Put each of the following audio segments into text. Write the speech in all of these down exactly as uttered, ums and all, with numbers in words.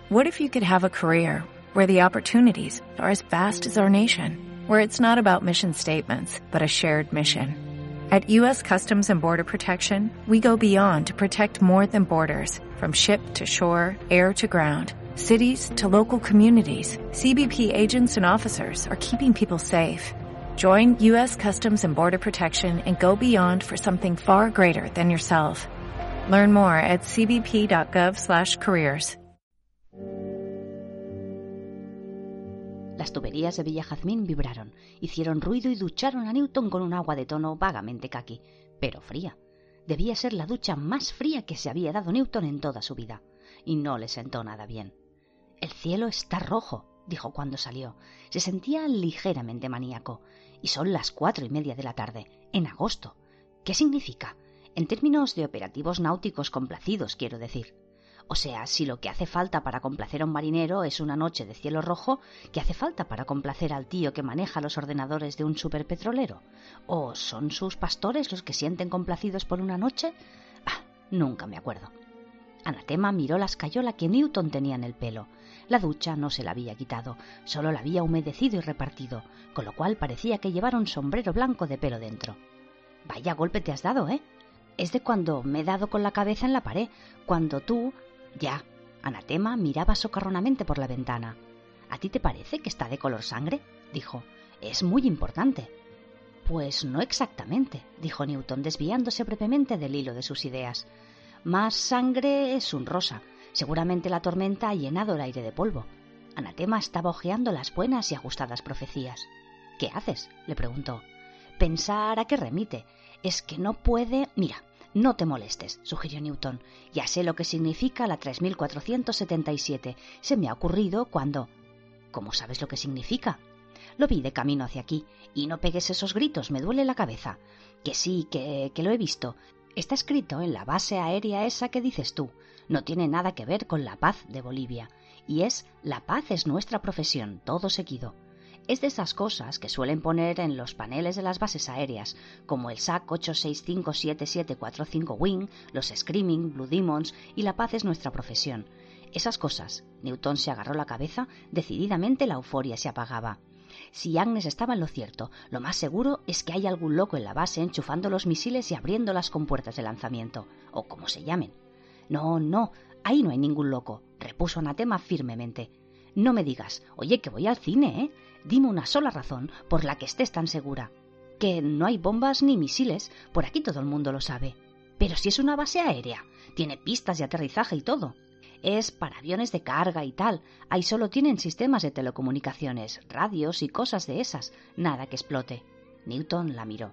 What if you could have a career where the opportunities are as vast as our nation, where it's not about mission statements, but a shared mission? At U S Customs and Border Protection, we go beyond to protect more than borders, from ship to shore, air to ground, cities to local communities. C B P agents and officers are keeping people safe. Join U S Customs and Border Protection and go beyond for something far greater than yourself. Learn more at c b p dot gov slash careers. Las tuberías de Villa Jazmín vibraron, hicieron ruido y ducharon a Newton con un agua de tono vagamente caqui, pero fría. Debía ser la ducha más fría que se había dado Newton en toda su vida, y no le sentó nada bien. «El cielo está rojo», dijo cuando salió. Se sentía ligeramente maníaco. Y son las cuatro y media de la tarde, en agosto. ¿Qué significa? En términos de operativos náuticos complacidos, quiero decir. O sea, si lo que hace falta para complacer a un marinero es una noche de cielo rojo, ¿qué hace falta para complacer al tío que maneja los ordenadores de un superpetrolero? ¿O son sus pastores los que sienten complacidos por una noche? Ah, nunca me acuerdo. Anatema miró la escayola que Newton tenía en el pelo. La ducha no se la había quitado, solo la había humedecido y repartido, con lo cual parecía que llevara un sombrero blanco de pelo dentro. Vaya golpe te has dado, ¿eh? Es de cuando me he dado con la cabeza en la pared, cuando tú... Ya, Anatema miraba socarronamente por la ventana. ¿A ti te parece que está de color sangre?, dijo. Es muy importante. Pues no exactamente, dijo Newton, desviándose brevemente del hilo de sus ideas. Más sangre es un rosa. Seguramente la tormenta ha llenado el aire de polvo. Anatema estaba hojeando las buenas y ajustadas profecías. ¿Qué haces?, le preguntó. Pensar a qué remite. Es que no puede... Mira, no te molestes, sugirió Newton. Ya sé lo que significa la tres mil cuatrocientos setenta y siete. Se me ha ocurrido cuando... ¿Cómo sabes lo que significa? Lo vi de camino hacia aquí. Y no pegues esos gritos, me duele la cabeza. Que sí, que, que lo he visto. Está escrito en la base aérea esa que dices tú. No tiene nada que ver con la paz de Bolivia. Y es la paz es nuestra profesión, todo seguido. Es de esas cosas que suelen poner en los paneles de las bases aéreas, como el S A C ocho seis cinco siete siete cuatro cinco Wing, los Screaming, Blue Demons y la paz es nuestra profesión. Esas cosas. Newton se agarró la cabeza, decididamente la euforia se apagaba. Si Agnes estaba en lo cierto, lo más seguro es que hay algún loco en la base enchufando los misiles y abriendo las compuertas de lanzamiento, o como se llamen. No, no, ahí no hay ningún loco, repuso Anatema firmemente. No me digas, oye, que voy al cine, ¿eh? Dime una sola razón por la que estés tan segura. Que no hay bombas ni misiles, por aquí todo el mundo lo sabe. Pero si es una base aérea, tiene pistas de aterrizaje y todo. Es para aviones de carga y tal, ahí solo tienen sistemas de telecomunicaciones, radios y cosas de esas, nada que explote. Newton la miró.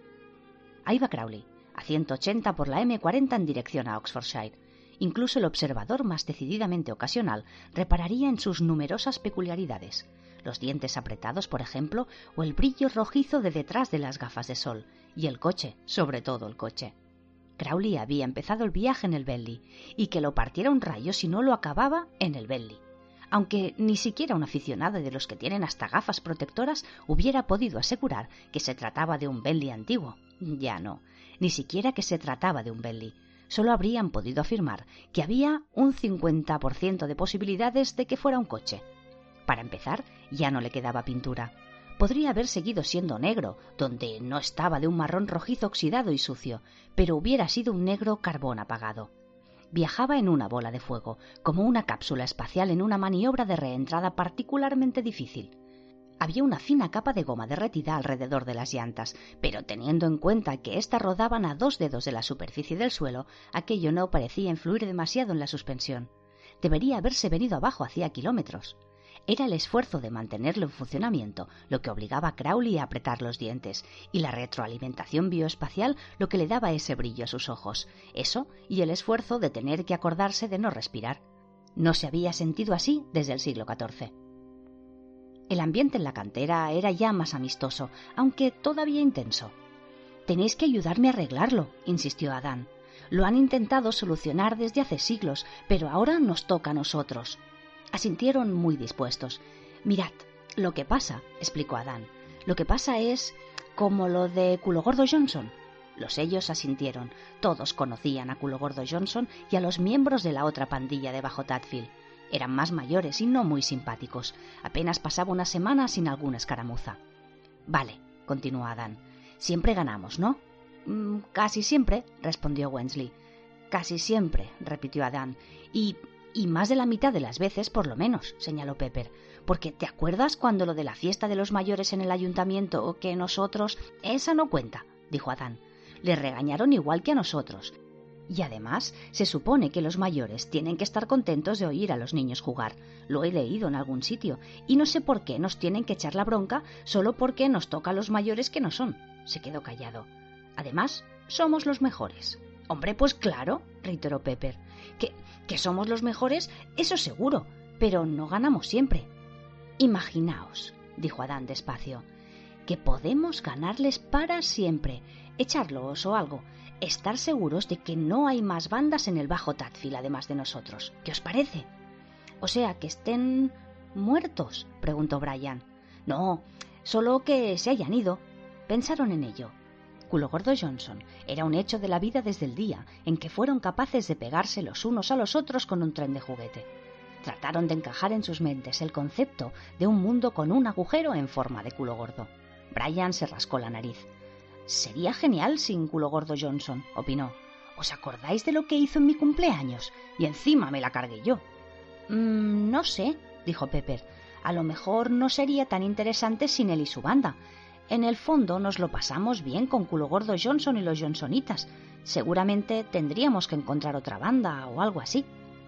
Ahí va Crowley, a ciento ochenta por la eme cuarenta en dirección a Oxfordshire. Incluso el observador más decididamente ocasional repararía en sus numerosas peculiaridades. Los dientes apretados, por ejemplo, o el brillo rojizo de detrás de las gafas de sol. Y el coche, sobre todo el coche. Crowley había empezado el viaje en el Bentley, y que lo partiera un rayo si no lo acababa en el Bentley. Aunque ni siquiera un aficionado de los que tienen hasta gafas protectoras hubiera podido asegurar que se trataba de un Bentley antiguo. Ya no, ni siquiera que se trataba de un Bentley. Solo habrían podido afirmar que había un cincuenta por ciento de posibilidades de que fuera un coche. Para empezar, ya no le quedaba pintura. Podría haber seguido siendo negro, donde no estaba de un marrón rojizo oxidado y sucio, pero hubiera sido un negro carbón apagado. Viajaba en una bola de fuego, como una cápsula espacial en una maniobra de reentrada particularmente difícil. Había una fina capa de goma derretida alrededor de las llantas, pero teniendo en cuenta que éstas rodaban a dos dedos de la superficie del suelo, aquello no parecía influir demasiado en la suspensión. Debería haberse venido abajo hacía kilómetros. Era el esfuerzo de mantenerlo en funcionamiento lo que obligaba a Crowley a apretar los dientes, y la retroalimentación bioespacial lo que le daba ese brillo a sus ojos. Eso y el esfuerzo de tener que acordarse de no respirar. No se había sentido así desde el siglo catorce. El ambiente en la cantera era ya más amistoso, aunque todavía intenso. «Tenéis que ayudarme a arreglarlo», insistió Adán. «Lo han intentado solucionar desde hace siglos, pero ahora nos toca a nosotros». Asintieron muy dispuestos. «Mirad, lo que pasa», explicó Adán, «lo que pasa es como lo de Culo Gordo Johnson». Los ellos asintieron. Todos conocían a Culo Gordo Johnson y a los miembros de la otra pandilla de Bajo Tadfield. Eran más mayores y no muy simpáticos. Apenas pasaba una semana sin alguna escaramuza. Vale, continuó Adán. Siempre ganamos, ¿no? Mm, casi siempre, respondió Weasley. Casi siempre, repitió Adán. Y, y más de la mitad de las veces, por lo menos, señaló Pepper. Porque ¿te acuerdas cuando lo de la fiesta de los mayores en el ayuntamiento o que nosotros... Esa no cuenta, dijo Adán. Le regañaron igual que a nosotros. Y además, se supone que los mayores tienen que estar contentos de oír a los niños jugar. Lo he leído en algún sitio. Y no sé por qué nos tienen que echar la bronca solo porque nos toca a los mayores que no son. Se quedó callado. Además, somos los mejores. Hombre, pues claro, reiteró Pepper. Que, que somos los mejores, eso seguro, pero no ganamos siempre. Imaginaos, dijo Adán despacio, que podemos ganarles para siempre, echarlos o algo, estar seguros de que no hay más bandas en el Bajo Tadfield además de nosotros. ¿Qué os parece? O sea, que estén muertos, preguntó Brian. No, solo que se hayan ido. Pensaron en ello. Culogordo Johnson era un hecho de la vida desde el día en que fueron capaces de pegarse los unos a los otros con un tren de juguete. Trataron de encajar en sus mentes el concepto de un mundo con un agujero en forma de culo gordo. Brian se rascó la nariz. Sería genial sin Culogordo Johnson, opinó. ¿Os acordáis de lo que hizo en mi cumpleaños? Y encima me la cargué yo. Mm, no sé, dijo Pepper. A lo mejor no sería tan interesante sin él y su banda. En el fondo nos lo pasamos bien con Culogordo Johnson y los Johnsonitas. Seguramente tendríamos que encontrar otra banda o algo así.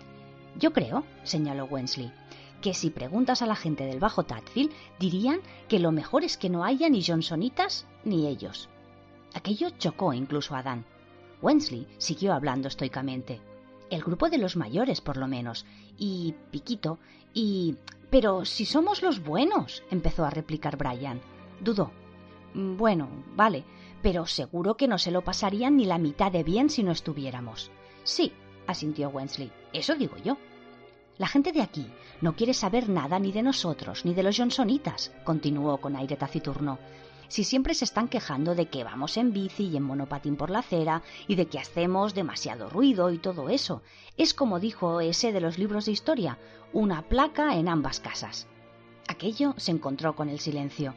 Yo creo, señaló Weasley, que si preguntas a la gente del Bajo Tadfield dirían que lo mejor es que no haya ni Johnsonitas ni ellos. Aquello chocó incluso a Dan. Weasley siguió hablando estoicamente. El grupo de los mayores, por lo menos, y Piquito, y... Pero si somos los buenos, empezó a replicar Brian. Dudó. Bueno, vale, pero seguro que no se lo pasarían ni la mitad de bien si no estuviéramos. Sí, asintió Weasley, eso digo yo. La gente de aquí no quiere saber nada ni de nosotros ni de los Johnsonitas, continuó con aire taciturno. Si siempre se están quejando de que vamos en bici y en monopatín por la acera y de que hacemos demasiado ruido y todo eso, es como dijo ese de los libros de historia, una placa en ambas casas. Aquello se encontró con el silencio.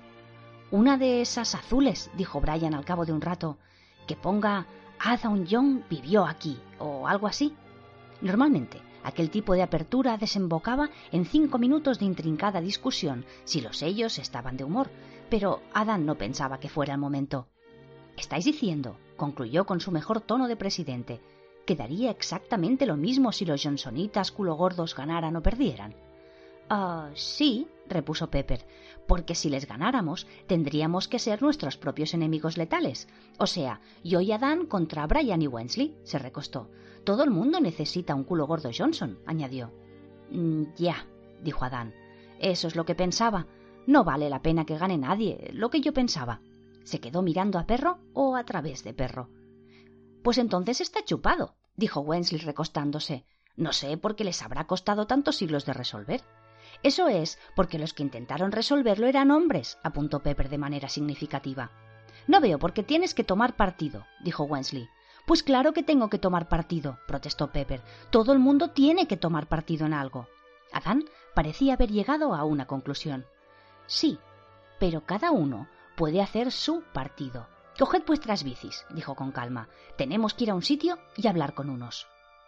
Una de esas azules, dijo Brian al cabo de un rato, que ponga Adam Young vivió aquí, o algo así. Normalmente, aquel tipo de apertura desembocaba en cinco minutos de intrincada discusión si los sellos estaban de humor, pero Adam no pensaba que fuera el momento. «Estáis diciendo», concluyó con su mejor tono de presidente, «que daría exactamente lo mismo si los Johnsonitas culogordos ganaran o perdieran». Ah, uh, sí, repuso Pepper, porque si les ganáramos tendríamos que ser nuestros propios enemigos letales. O sea, yo y Adán contra Brian y Weasley, se recostó. Todo el mundo necesita un culo gordo Johnson, añadió. Mm, ya, dijo Adán. Eso es lo que pensaba. No vale la pena que gane nadie, lo que yo pensaba. Se quedó mirando a Perro o a través de Perro. Pues entonces está chupado, dijo Weasley recostándose. No sé por qué les habrá costado tantos siglos de resolver. Eso es porque los que intentaron resolverlo eran hombres, apuntó Pepper de manera significativa. No veo por qué tienes que tomar partido, dijo Weasley. Pues claro que tengo que tomar partido, protestó Pepper. Todo el mundo tiene que tomar partido en algo. Adán parecía haber llegado a una conclusión. Sí, pero cada uno puede hacer su partido. Coged vuestras bicis, dijo con calma. Tenemos que ir a un sitio y hablar con unos.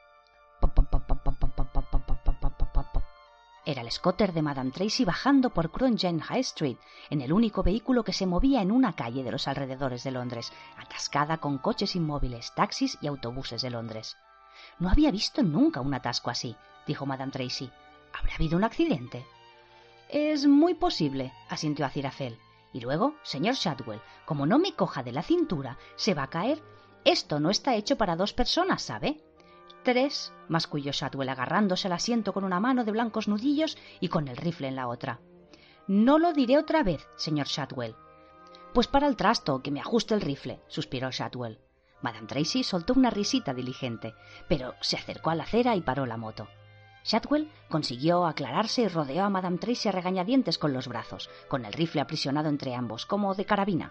Era el scooter de Madame Tracy bajando por Crunchen High Street, en el único vehículo que se movía en una calle de los alrededores de Londres, atascada con coches inmóviles, taxis y autobuses de Londres. No había visto nunca un atasco así, dijo Madame Tracy. ¿Habrá habido un accidente? Es muy posible, asintió Aziraphale. Y luego, señor Shadwell, como no me coja de la cintura, se va a caer. Esto no está hecho para dos personas, ¿sabe? Tres, masculló Shadwell agarrándose al asiento con una mano de blancos nudillos y con el rifle en la otra. No lo diré otra vez, señor Shadwell. Pues para el trasto, que me ajuste el rifle, suspiró Shadwell. Madame Tracy soltó una risita diligente, pero se acercó a la acera y paró la moto. Shadwell consiguió aclararse y rodeó a Madame Tracy a regañadientes con los brazos, con el rifle aprisionado entre ambos, como de carabina.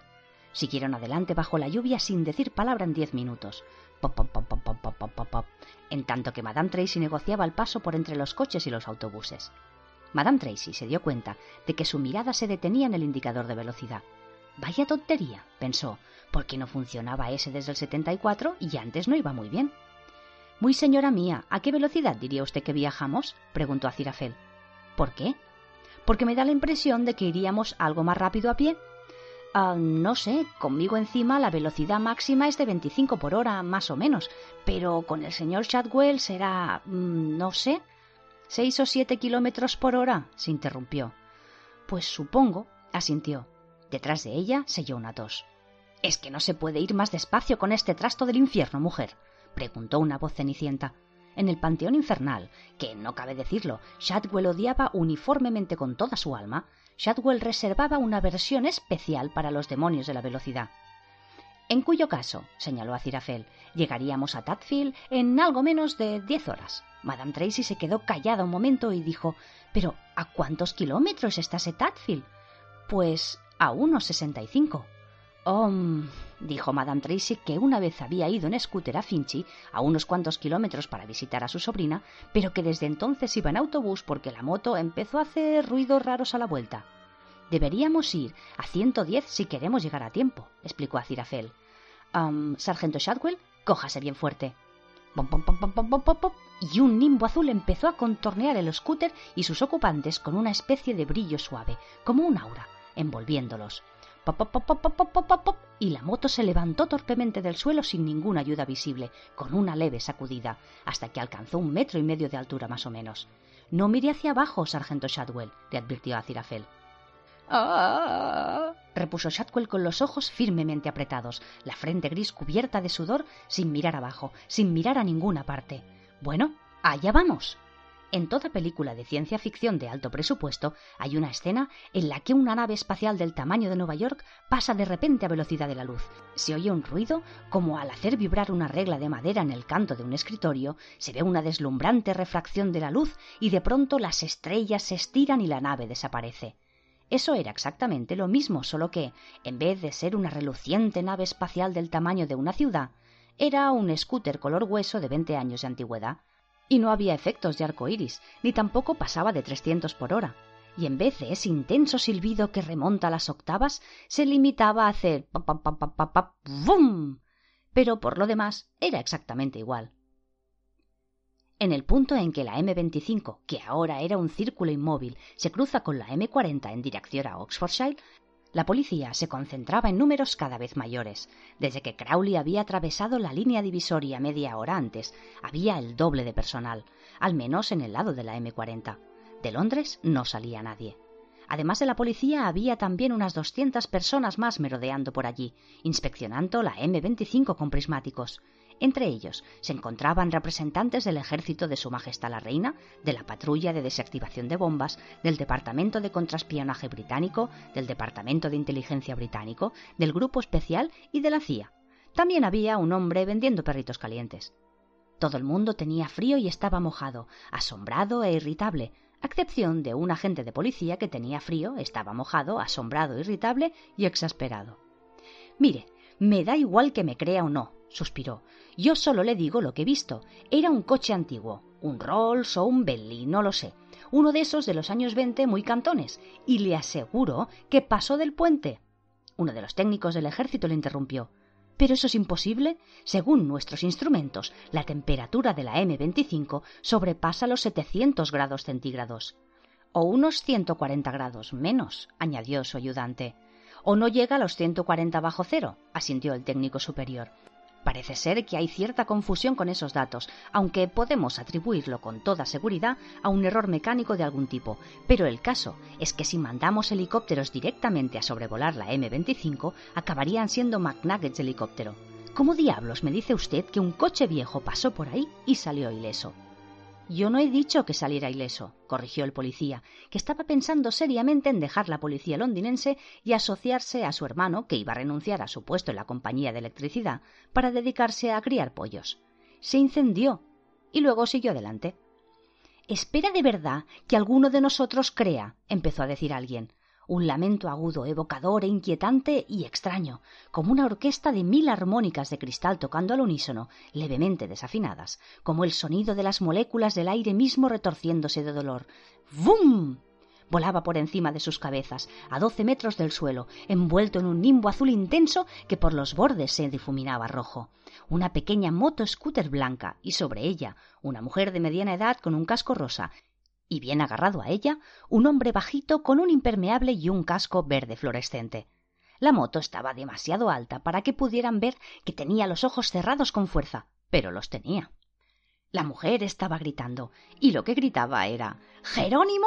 Siguieron adelante bajo la lluvia sin decir palabra en diez minutos. Pop, pop, pop, pop, pop, pop, pop, pop, en tanto que Madame Tracy negociaba el paso por entre los coches y los autobuses. Madame Tracy se dio cuenta de que su mirada se detenía en el indicador de velocidad. Vaya tontería, pensó, ¿por qué no funcionaba ese desde el setenta y cuatro y antes no iba muy bien? Muy señora mía, ¿a qué velocidad diría usted que viajamos?, preguntó Aziraphale. ¿Por qué? Porque me da la impresión de que iríamos algo más rápido a pie. Uh, no sé, conmigo encima la velocidad máxima es de veinticinco por hora, más o menos, pero con el señor Shadwell será, mmm, no sé, seis o siete kilómetros por hora, se interrumpió. Pues supongo, asintió. Detrás de ella se oyó una tos. —¿Es que no se puede ir más despacio con este trasto del infierno, mujer? —preguntó una voz cenicienta. En el panteón infernal, que, no cabe decirlo, Shadwell odiaba uniformemente con toda su alma, Shadwell reservaba una versión especial para los demonios de la velocidad. En cuyo caso, señaló Aziraphale, llegaríamos a Tadfield en algo menos de diez horas. Madame Tracy se quedó callada un momento y dijo: «¿Pero a cuántos kilómetros está ese Tadfield?» «Pues a unos sesenta y cinco». «Oh», dijo Madame Tracy, que una vez había ido en scooter a Finchley, a unos cuantos kilómetros para visitar a su sobrina, pero que desde entonces iba en autobús porque la moto empezó a hacer ruidos raros a la vuelta. «Deberíamos ir a ciento diez si queremos llegar a tiempo», explicó Aziraphale. Um, «Sargento Shadwell, cójase bien fuerte». Pom, pom, pom, pom, pom, pom, pom, y un nimbo azul empezó a contornear el scooter y sus ocupantes con una especie de brillo suave, como un aura, envolviéndolos. Pop, pop, pop, pop, pop, pop, pop, pop, y la moto se levantó torpemente del suelo sin ninguna ayuda visible, con una leve sacudida, hasta que alcanzó un metro y medio de altura más o menos. «No mire hacia abajo, sargento Shadwell», le advirtió Aziraphale. «¡Ah!», repuso Shadwell con los ojos firmemente apretados, la frente gris cubierta de sudor, sin mirar abajo, sin mirar a ninguna parte. «Bueno, allá vamos». En toda película de ciencia ficción de alto presupuesto hay una escena en la que una nave espacial del tamaño de Nueva York pasa de repente a velocidad de la luz. Se oye un ruido como al hacer vibrar una regla de madera en el canto de un escritorio, se ve una deslumbrante refracción de la luz y de pronto las estrellas se estiran y la nave desaparece. Eso era exactamente lo mismo, solo que, en vez de ser una reluciente nave espacial del tamaño de una ciudad, era un scooter color hueso de veinte años de antigüedad. Y no había efectos de arco iris, ni tampoco pasaba de trescientos por hora. Y en vez de ese intenso silbido que remonta a las octavas, se limitaba a hacer pap pap pap pap pap pap ¡bum! Pero por lo demás era exactamente igual. En el punto en que la eme veinticinco, que ahora era un círculo inmóvil, se cruza con la eme cuarenta en dirección a Oxfordshire, la policía se concentraba en números cada vez mayores. Desde que Crowley había atravesado la línea divisoria media hora antes, había el doble de personal, al menos en el lado de la eme cuarenta. De Londres no salía nadie. Además de la policía, había también unas doscientas personas más merodeando por allí, inspeccionando la eme veinticinco con prismáticos. Entre ellos se encontraban representantes del ejército de Su Majestad la Reina, de la patrulla de desactivación de bombas, del Departamento de Contraespionaje británico, del Departamento de Inteligencia británico, del Grupo Especial y de la C I A. También había un hombre vendiendo perritos calientes. Todo el mundo tenía frío y estaba mojado, asombrado e irritable, a excepción de un agente de policía que tenía frío, estaba mojado, asombrado, irritable y exasperado. «Mire, me da igual que me crea o no», suspiró. «Yo solo le digo lo que he visto. Era un coche antiguo, un Rolls o un Bentley, no lo sé. Uno de esos de los años veinte muy cantones. Y le aseguro que pasó del puente». Uno de los técnicos del ejército le interrumpió. «¿Pero eso es imposible? Según nuestros instrumentos, la temperatura de la eme veinticinco sobrepasa los setecientos grados centígrados». «O unos ciento cuarenta grados menos», añadió su ayudante. «O no llega a los ciento cuarenta bajo cero», asintió el técnico superior. Parece ser que hay cierta confusión con esos datos, aunque podemos atribuirlo con toda seguridad a un error mecánico de algún tipo, pero el caso es que si mandamos helicópteros directamente a sobrevolar la eme veinticinco, acabarían siendo McNuggets de helicóptero. ¿Cómo diablos me dice usted que un coche viejo pasó por ahí y salió ileso? «Yo no he dicho que saliera ileso», corrigió el policía, que estaba pensando seriamente en dejar la policía londinense y asociarse a su hermano, que iba a renunciar a su puesto en la compañía de electricidad para dedicarse a criar pollos. «Se incendió», y luego siguió adelante. «¿Espera de verdad que alguno de nosotros crea?», empezó a decir alguien. un lamento agudo, evocador e inquietante y extraño, como una orquesta de mil armónicas de cristal tocando al unísono, levemente desafinadas, como el sonido de las moléculas del aire mismo retorciéndose de dolor. ¡Bum! Volaba por encima de sus cabezas, a doce metros del suelo, envuelto en un nimbo azul intenso que por los bordes se difuminaba rojo. Una pequeña moto scooter blanca y sobre ella una mujer de mediana edad con un casco rosa, y bien agarrado a ella, un hombre bajito con un impermeable y un casco verde fluorescente. La moto estaba demasiado alta para que pudieran ver que tenía los ojos cerrados con fuerza, pero los tenía. La mujer estaba gritando, y lo que gritaba era ¡Jerónimo!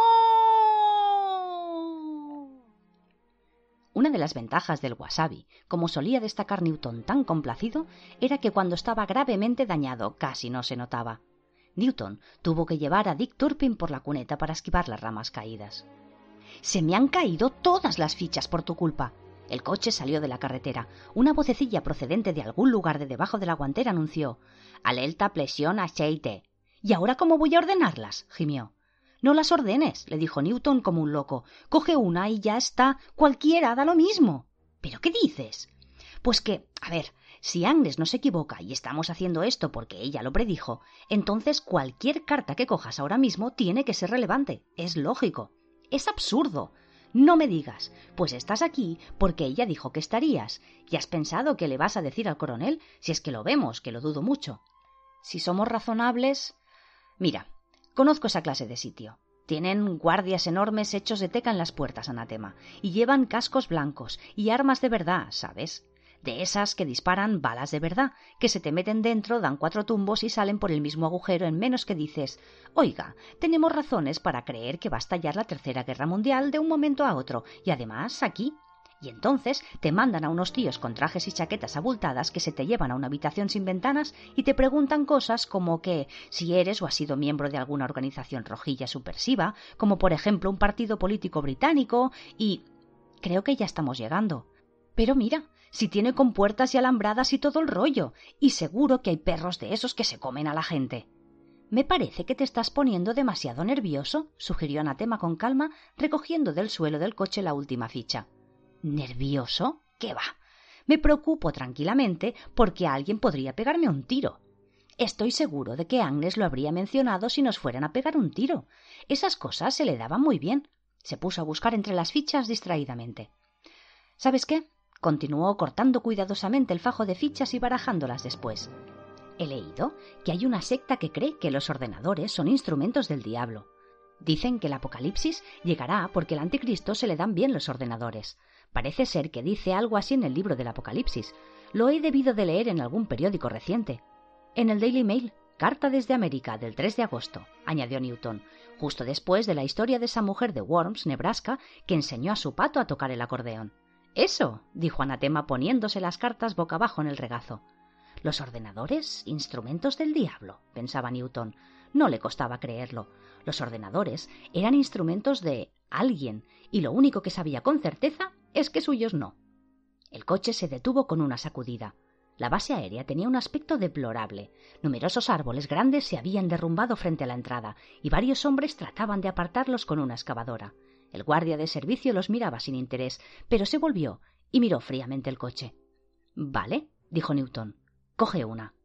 Una de las ventajas del wasabi, como solía destacar Newton tan complacido, era que cuando estaba gravemente dañado casi no se notaba. Newton tuvo que llevar a Dick Turpin por la cuneta para esquivar las ramas caídas. «Se me han caído todas las fichas por tu culpa». El coche salió de la carretera. Una vocecilla procedente de algún lugar de debajo de la guantera anunció «Alerta, presión, aceite». «¿Y ahora cómo voy a ordenarlas?», gimió. «No las ordenes», le dijo Newton como un loco. «Coge una y ya está. Cualquiera da lo mismo». «¿Pero qué dices?» «Pues que, a ver, si Agnes no se equivoca y estamos haciendo esto porque ella lo predijo, entonces cualquier carta que cojas ahora mismo tiene que ser relevante. Es lógico. Es absurdo. No me digas, pues estás aquí porque ella dijo que estarías. ¿Y has pensado que le vas a decir al coronel? Si es que lo vemos, que lo dudo mucho. Si somos razonables... Mira, conozco esa clase de sitio. Tienen guardias enormes hechos de teca en las puertas, Anatema, y llevan cascos blancos y armas de verdad, ¿sabes? De esas que disparan balas de verdad, que se te meten dentro, dan cuatro tumbos y salen por el mismo agujero en menos que dices, oiga, tenemos razones para creer que va a estallar la Tercera Guerra Mundial de un momento a otro, y además aquí. Y entonces te mandan a unos tíos con trajes y chaquetas abultadas que se te llevan a una habitación sin ventanas y te preguntan cosas como que si eres o has sido miembro de alguna organización rojilla subversiva, como por ejemplo un partido político británico, y... creo que ya estamos llegando. Pero mira, si tiene compuertas y alambradas y todo el rollo, y seguro que hay perros de esos que se comen a la gente. Me parece que te estás poniendo demasiado nervioso, sugirió Anatema con calma, recogiendo del suelo del coche la última ficha. ¿Nervioso? ¿Qué va? Me preocupo tranquilamente porque alguien podría pegarme un tiro. Estoy seguro de que Agnes lo habría mencionado si nos fueran a pegar un tiro. Esas cosas se le daban muy bien. Se puso a buscar entre las fichas distraídamente. ¿Sabes qué? Continuó cortando cuidadosamente el fajo de fichas y barajándolas después. He leído que hay una secta que cree que los ordenadores son instrumentos del diablo. Dicen que el apocalipsis llegará porque al anticristo se le dan bien los ordenadores. Parece ser que dice algo así en el libro del Apocalipsis. Lo he debido de leer en algún periódico reciente. En el Daily Mail, carta desde América del tres de agosto, añadió Newton, justo después de la historia de esa mujer de Worms, Nebraska, que enseñó a su pato a tocar el acordeón. Eso, dijo Anatema poniéndose las cartas boca abajo en el regazo. Los ordenadores, instrumentos del diablo, pensaba Newton. No le costaba creerlo. Los ordenadores eran instrumentos de alguien, y lo único que sabía con certeza es que suyos no. El coche se detuvo con una sacudida. La base aérea tenía un aspecto deplorable. Numerosos árboles grandes se habían derrumbado frente a la entrada, y varios hombres trataban de apartarlos con una excavadora. El guardia de servicio los miraba sin interés, pero se volvió y miró fríamente el coche. «Vale», dijo Newton. «Coge una».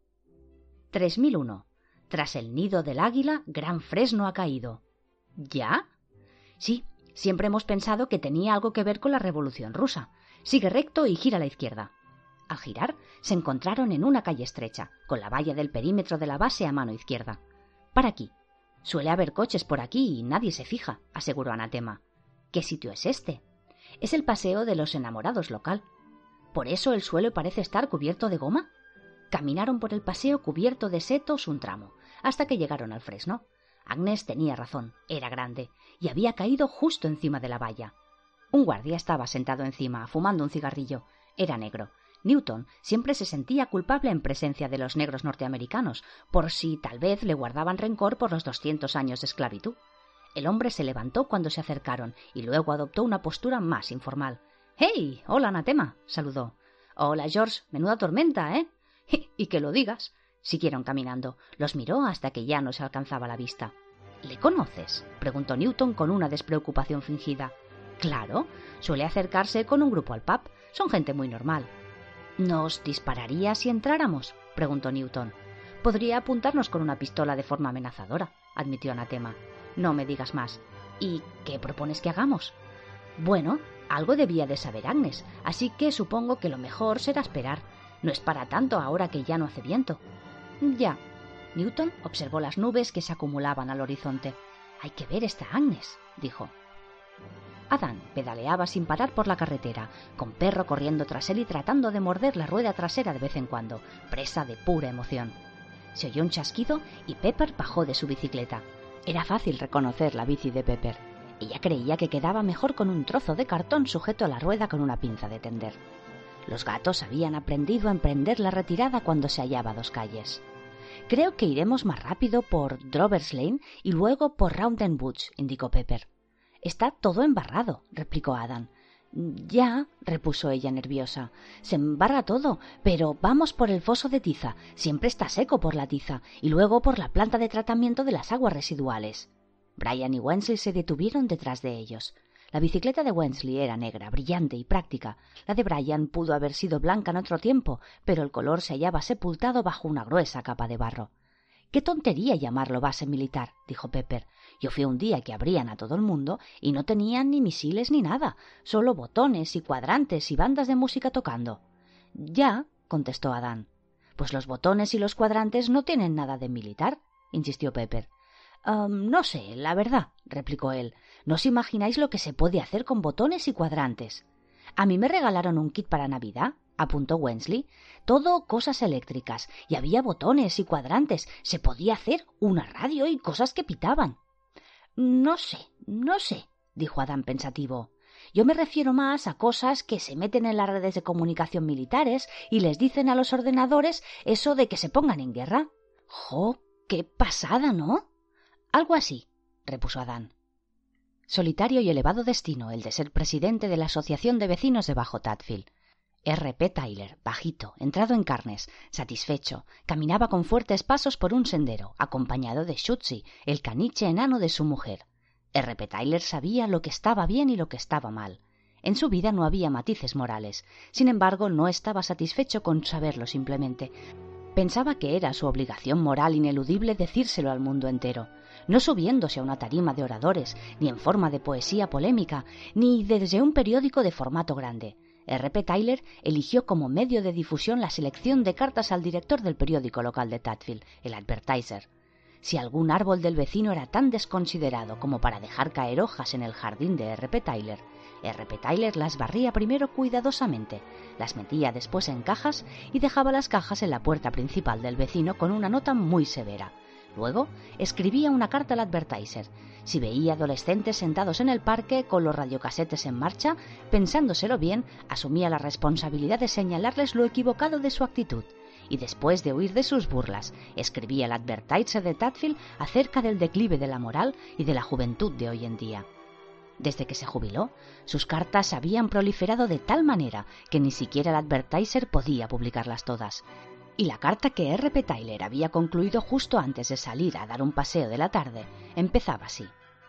tres mil uno. Tras el nido del águila, gran fresno ha caído. ¿Ya? Sí, siempre hemos pensado que tenía algo que ver con la Revolución Rusa. Sigue recto y gira a la izquierda. Al girar, se encontraron en una calle estrecha, con la valla del perímetro de la base a mano izquierda. «Para aquí. Suele haber coches por aquí y nadie se fija», aseguró Anatema. «¿Qué sitio es este?» «Es el paseo de los enamorados local». «¿Por eso el suelo parece estar cubierto de goma?» Caminaron por el paseo cubierto de setos un tramo, hasta que llegaron al fresno. Agnes tenía razón, era grande, y había caído justo encima de la valla. Un guardia estaba sentado encima, fumando un cigarrillo. Era negro. Newton siempre se sentía culpable en presencia de los negros norteamericanos, por si tal vez le guardaban rencor por los doscientos años de esclavitud. El hombre se levantó cuando se acercaron y luego adoptó una postura más informal. «¡Hey! Hola, Anatema», saludó. «Hola, George. Menuda tormenta, ¿eh?» «Y que lo digas». Siguieron caminando. Los miró hasta que ya no se alcanzaba la vista. «¿Le conoces?», preguntó Newton con una despreocupación fingida. Claro, suele acercarse con un grupo al pub. Son gente muy normal. ¿Nos dispararía si entráramos?, preguntó Newton. Podría apuntarnos con una pistola de forma amenazadora, admitió Anatema. No me digas más. ¿Y qué propones que hagamos? Bueno, algo debía de saber Agnes, así que supongo que lo mejor será esperar. No es para tanto ahora que ya no hace viento. Ya. Newton observó las nubes que se acumulaban al horizonte. Hay que ver esta Agnes, dijo. Adán pedaleaba sin parar por la carretera, con Perro corriendo tras él y tratando de morder la rueda trasera de vez en cuando, presa de pura emoción. Se oyó un chasquido y Pepper bajó de su bicicleta. Era fácil reconocer la bici de Pepper. Ella creía que quedaba mejor con un trozo de cartón sujeto a la rueda con una pinza de tender. Los gatos habían aprendido a emprender la retirada cuando se hallaba a dos calles. Creo que iremos más rápido por Drovers Lane y luego por Roundel Woods, indicó Pepper. Está todo embarrado, replicó Adán. Ya, repuso ella nerviosa, se embarra todo, pero vamos por el foso de tiza, siempre está seco por la tiza, y luego por la planta de tratamiento de las aguas residuales. Brian y Wensley se detuvieron detrás de ellos. La bicicleta de Wensley era negra, brillante y práctica. La de Brian pudo haber sido blanca en otro tiempo, pero el color se hallaba sepultado bajo una gruesa capa de barro. «¡Qué tontería llamarlo base militar!», dijo Pepper. «Yo fui un día que abrían a todo el mundo y no tenían ni misiles ni nada, solo botones y cuadrantes y bandas de música tocando». «Ya», contestó Adán. «Pues los botones y los cuadrantes no tienen nada de militar», insistió Pepper. Um, no sé, la verdad, replicó él. ¿No os imagináis lo que se puede hacer con botones y cuadrantes? A mí me regalaron un kit para Navidad, apuntó Wensley. Todo cosas eléctricas, y había botones y cuadrantes. Se podía hacer una radio y cosas que pitaban. No sé, no sé, dijo Adán pensativo. Yo me refiero más a cosas que se meten en las redes de comunicación militares y les dicen a los ordenadores eso de que se pongan en guerra. ¡Jo, qué pasada!, ¿no? Algo así, repuso Adán. Solitario y elevado destino el de ser presidente de la Asociación de Vecinos de Bajo Tadfield. R. P. Tyler, bajito, entrado en carnes, satisfecho, caminaba con fuertes pasos por un sendero, acompañado de Schutzi, el caniche enano de su mujer. R. P. Tyler sabía lo que estaba bien y lo que estaba mal. En su vida no había matices morales. Sin embargo, no estaba satisfecho con saberlo simplemente. Pensaba que era su obligación moral ineludible decírselo al mundo entero, no subiéndose a una tarima de oradores, ni en forma de poesía polémica, ni desde un periódico de formato grande. R. P. Tyler eligió como medio de difusión la selección de cartas al director del periódico local de Tadfield, el Advertiser. Si algún árbol del vecino era tan desconsiderado como para dejar caer hojas en el jardín de R. P. Tyler, R. P. Tyler las barría primero cuidadosamente, las metía después en cajas y dejaba las cajas en la puerta principal del vecino con una nota muy severa. Luego escribía una carta al Advertiser. Si veía adolescentes sentados en el parque con los radiocasetes en marcha, pensándoselo bien, asumía la responsabilidad de señalarles lo equivocado de su actitud. Y después de huir de sus burlas, escribía al Advertiser de Tadfield acerca del declive de la moral y de la juventud de hoy en día. Desde que se jubiló, sus cartas habían proliferado de tal manera que ni siquiera el Advertiser podía publicarlas todas. Y la carta que R. P. Tyler había concluido justo antes de salir a dar un paseo de la tarde empezaba así.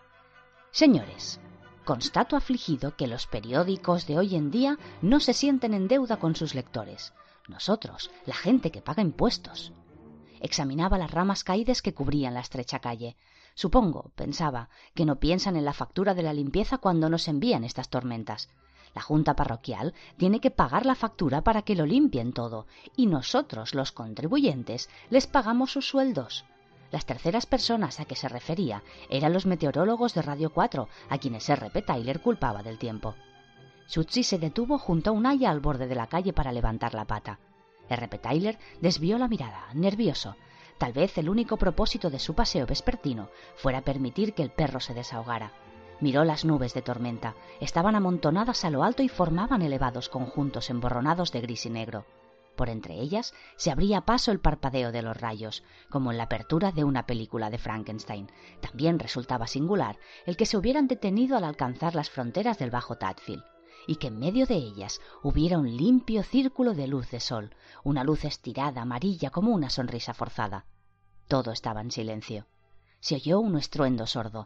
Señores, constato afligido que los periódicos de hoy en día no se sienten en deuda con sus lectores. Nosotros, la gente que paga impuestos. Examinaba las ramas caídas que cubrían la estrecha calle. Supongo, pensaba, que no piensan en la factura de la limpieza cuando nos envían estas tormentas. La junta parroquial tiene que pagar la factura para que lo limpien todo, y nosotros, los contribuyentes, les pagamos sus sueldos. Las terceras personas a que se refería eran los meteorólogos de Radio cuatro, a quienes R. P. Tyler culpaba del tiempo. Schutzi se detuvo junto a un haya al borde de la calle para levantar la pata. R. P. Tyler desvió la mirada, nervioso. Tal vez el único propósito de su paseo vespertino fuera permitir que el perro se desahogara. Miró las nubes de tormenta. Estaban amontonadas a lo alto y formaban elevados conjuntos emborronados de gris y negro. Por entre ellas se abría paso el parpadeo de los rayos, como en la apertura de una película de Frankenstein. También resultaba singular el que se hubieran detenido al alcanzar las fronteras del Bajo Tadfield, y que en medio de ellas hubiera un limpio círculo de luz de sol, una luz estirada, amarilla, como una sonrisa forzada. Todo estaba en silencio. Se oyó un estruendo sordo.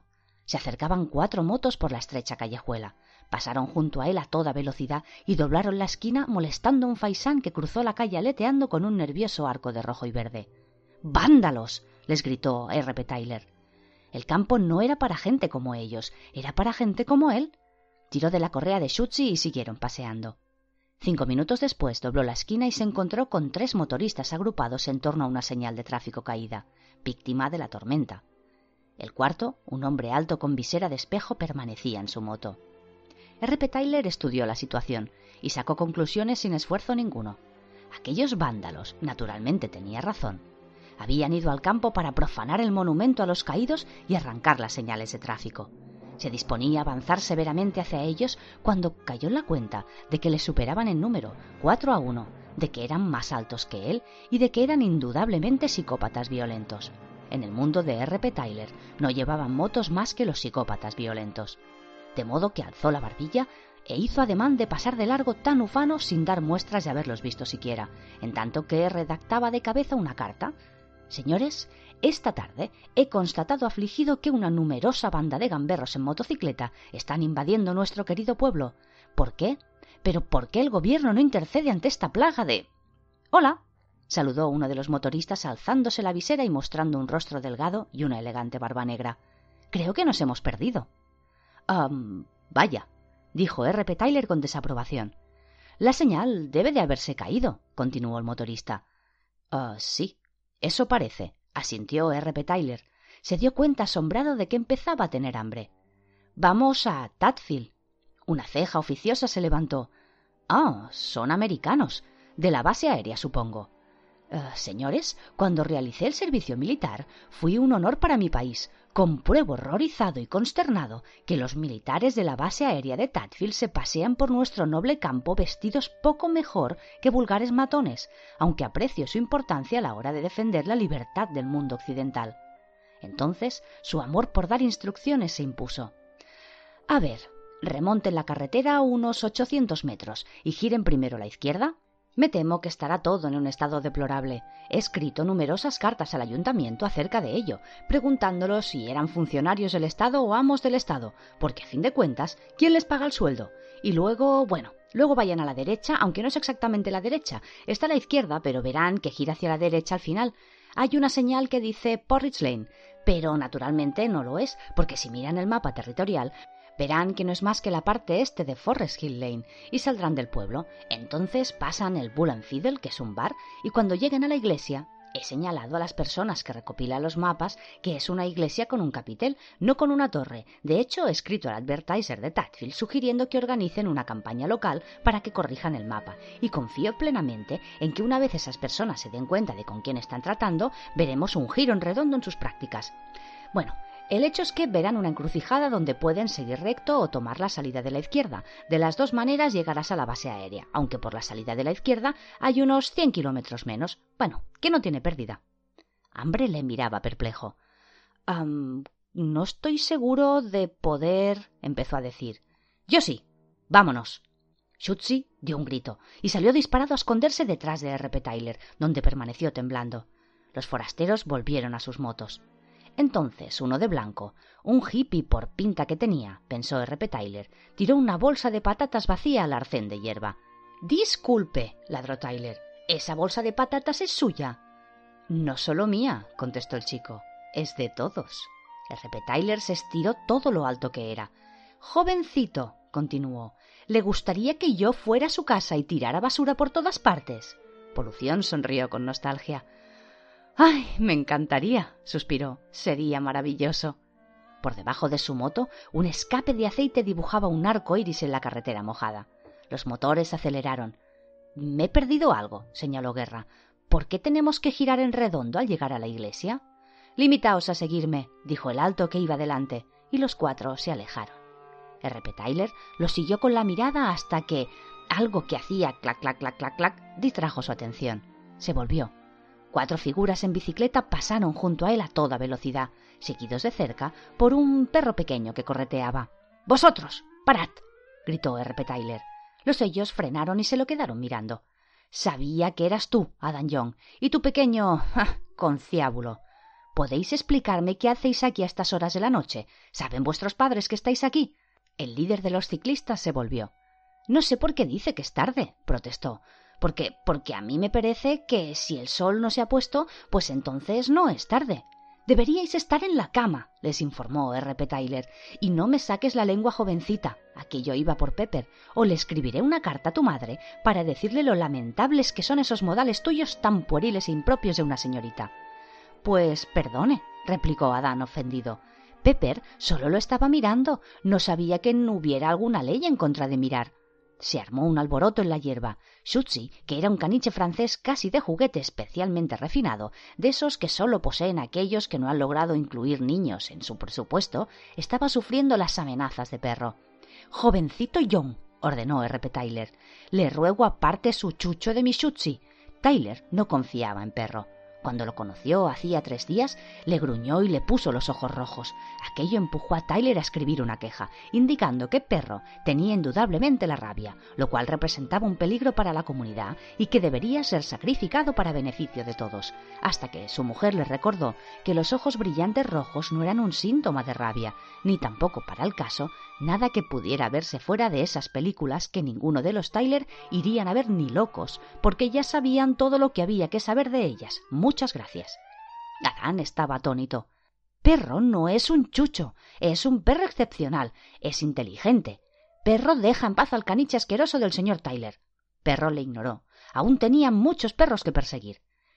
Se acercaban cuatro motos por la estrecha callejuela. Pasaron junto a él a toda velocidad y doblaron la esquina molestando a un faisán que cruzó la calle aleteando con un nervioso arco de rojo y verde. ¡Vándalos!, les gritó R P Tyler. El campo no era para gente como ellos, era para gente como él. Tiró de la correa de Schutzi y siguieron paseando. Cinco minutos después dobló la esquina y se encontró con tres motoristas agrupados en torno a una señal de tráfico caída, víctima de la tormenta. El cuarto, un hombre alto con visera de espejo, permanecía en su moto. R P Tyler estudió la situación y sacó conclusiones sin esfuerzo ninguno. Aquellos vándalos, naturalmente tenía razón. Habían ido al campo para profanar el monumento a los caídos y arrancar las señales de tráfico. Se disponía a avanzar severamente hacia ellos cuando cayó en la cuenta de que le superaban en número, cuatro a uno, de que eran más altos que él y de que eran indudablemente psicópatas violentos. En el mundo de R P Tyler no llevaban motos más que los psicópatas violentos. De modo que alzó la barbilla e hizo ademán de pasar de largo tan ufano sin dar muestras de haberlos visto siquiera, en tanto que redactaba de cabeza una carta. Señores, esta tarde he constatado afligido que una numerosa banda de gamberros en motocicleta están invadiendo nuestro querido pueblo. ¿Por qué? ¿Pero por qué el gobierno no intercede ante esta plaga de...? «Hola», saludó uno de los motoristas alzándose la visera y mostrando un rostro delgado y una elegante barba negra. «Creo que nos hemos perdido». Um, vaya», dijo R P Tyler con desaprobación. «La señal debe de haberse caído», continuó el motorista. «Ah, uh, sí, eso parece», asintió R P Tyler. Se dio cuenta asombrado de que empezaba a tener hambre. «Vamos a Tadfield». Una ceja oficiosa se levantó. «Ah, son americanos. De la base aérea, supongo». Uh, señores, cuando realicé el servicio militar, fui un honor para mi país. Compruebo horrorizado y consternado que los militares de la base aérea de Tadfield se pasean por nuestro noble campo vestidos poco mejor que vulgares matones, aunque aprecio su importancia a la hora de defender la libertad del mundo occidental. Entonces, su amor por dar instrucciones se impuso. A ver, remonten la carretera unos ochocientos metros y giren primero a la izquierda. Me temo que estará todo en un estado deplorable. He escrito numerosas cartas al ayuntamiento acerca de ello, preguntándolos si eran funcionarios del Estado o amos del Estado, porque a fin de cuentas, ¿quién les paga el sueldo? Y luego, bueno, luego vayan a la derecha, aunque no es exactamente la derecha, está a la izquierda, pero verán que gira hacia la derecha al final. Hay una señal que dice Porridge Lane, pero naturalmente no lo es, porque si miran el mapa territorial, verán que no es más que la parte este de Forest Hill Lane y saldrán del pueblo. Entonces pasan el Bull and Fiddle, que es un bar, y cuando lleguen a la iglesia, he señalado a las personas que recopilan los mapas que es una iglesia con un capitel, no con una torre. De hecho, he escrito al advertiser de Tadfield sugiriendo que organicen una campaña local para que corrijan el mapa, y confío plenamente en que una vez esas personas se den cuenta de con quién están tratando, veremos un giro en redondo en sus prácticas. Bueno, el hecho es que verán una encrucijada donde pueden seguir recto o tomar la salida de la izquierda. De las dos maneras llegarás a la base aérea, aunque por la salida de la izquierda hay unos cien kilómetros menos. Bueno, que no tiene pérdida. Hambre le miraba perplejo. Um, no estoy seguro de poder... empezó a decir. Yo sí. Vámonos. Schutzi dio un grito y salió disparado a esconderse detrás de R P Tyler, donde permaneció temblando. Los forasteros volvieron a sus motos. Entonces uno de blanco, un hippie por pinta que tenía, pensó R P Tyler, tiró una bolsa de patatas vacía al arcén de hierba. «Disculpe», ladró Tyler, «¿esa bolsa de patatas es suya?» «No solo mía», contestó el chico, «es de todos». R P Tyler se estiró todo lo alto que era. «Jovencito», continuó, «¿le gustaría que yo fuera a su casa y tirara basura por todas partes?» Polución sonrió con nostalgia. «Ay, me encantaría», suspiró. «Sería maravilloso». Por debajo de su moto, un escape de aceite dibujaba un arco iris en la carretera mojada. Los motores aceleraron. «Me he perdido algo», señaló Guerra. «¿Por qué tenemos que girar en redondo al llegar a la iglesia?» «Limitaos a seguirme», dijo el alto que iba delante, y los cuatro se alejaron. R P Tyler lo siguió con la mirada hasta que algo que hacía clac, clac, clac, clac, clac distrajo su atención. Se volvió. Cuatro figuras en bicicleta pasaron junto a él a toda velocidad, seguidos de cerca por un perro pequeño que correteaba. «¡Vosotros! ¡Parad!», gritó R P Tyler. Los ellos frenaron y se lo quedaron mirando. «Sabía que eras tú, Adam Young, y tu pequeño... ja, conciábulo». ¿Podéis explicarme qué hacéis aquí a estas horas de la noche? ¿Saben vuestros padres que estáis aquí? El líder de los ciclistas se volvió. No sé por qué dice que es tarde, protestó. Porque, porque a mí me parece que si el sol no se ha puesto, pues entonces no es tarde. Deberíais estar en la cama, les informó R P Tyler, y no me saques la lengua, jovencita. Aquello iba por Pepper, o le escribiré una carta a tu madre para decirle lo lamentables que son esos modales tuyos tan pueriles e impropios de una señorita. Pues perdone, replicó Adán ofendido. Pepper solo lo estaba mirando, no sabía que no hubiera alguna ley en contra de mirar. Se armó un alboroto en la hierba. Schutzi, que era un caniche francés casi de juguete especialmente refinado, de esos que solo poseen aquellos que no han logrado incluir niños en su presupuesto, estaba sufriendo las amenazas de Perro. «Jovencito John», ordenó R P Tyler, «le ruego aparte su chucho de mi Schutzi». Tyler no confiaba en Perro. Cuando lo conoció hacía tres días, le gruñó y le puso los ojos rojos. Aquello empujó a Tyler a escribir una queja, indicando que Perro tenía indudablemente la rabia, lo cual representaba un peligro para la comunidad y que debería ser sacrificado para beneficio de todos, hasta que su mujer le recordó que los ojos brillantes rojos no eran un síntoma de rabia, ni tampoco, para el caso, nada que pudiera verse fuera de esas películas que ninguno de los Tyler irían a ver ni locos, porque ya sabían todo lo que había que saber de ellas. Muchas gracias. Adán estaba atónito. Perro no es un chucho, es un perro excepcional, es inteligente. Perro deja en paz al caniche asqueroso del señor Tyler. Perro le ignoró. Aún tenía muchos perros que perseguir.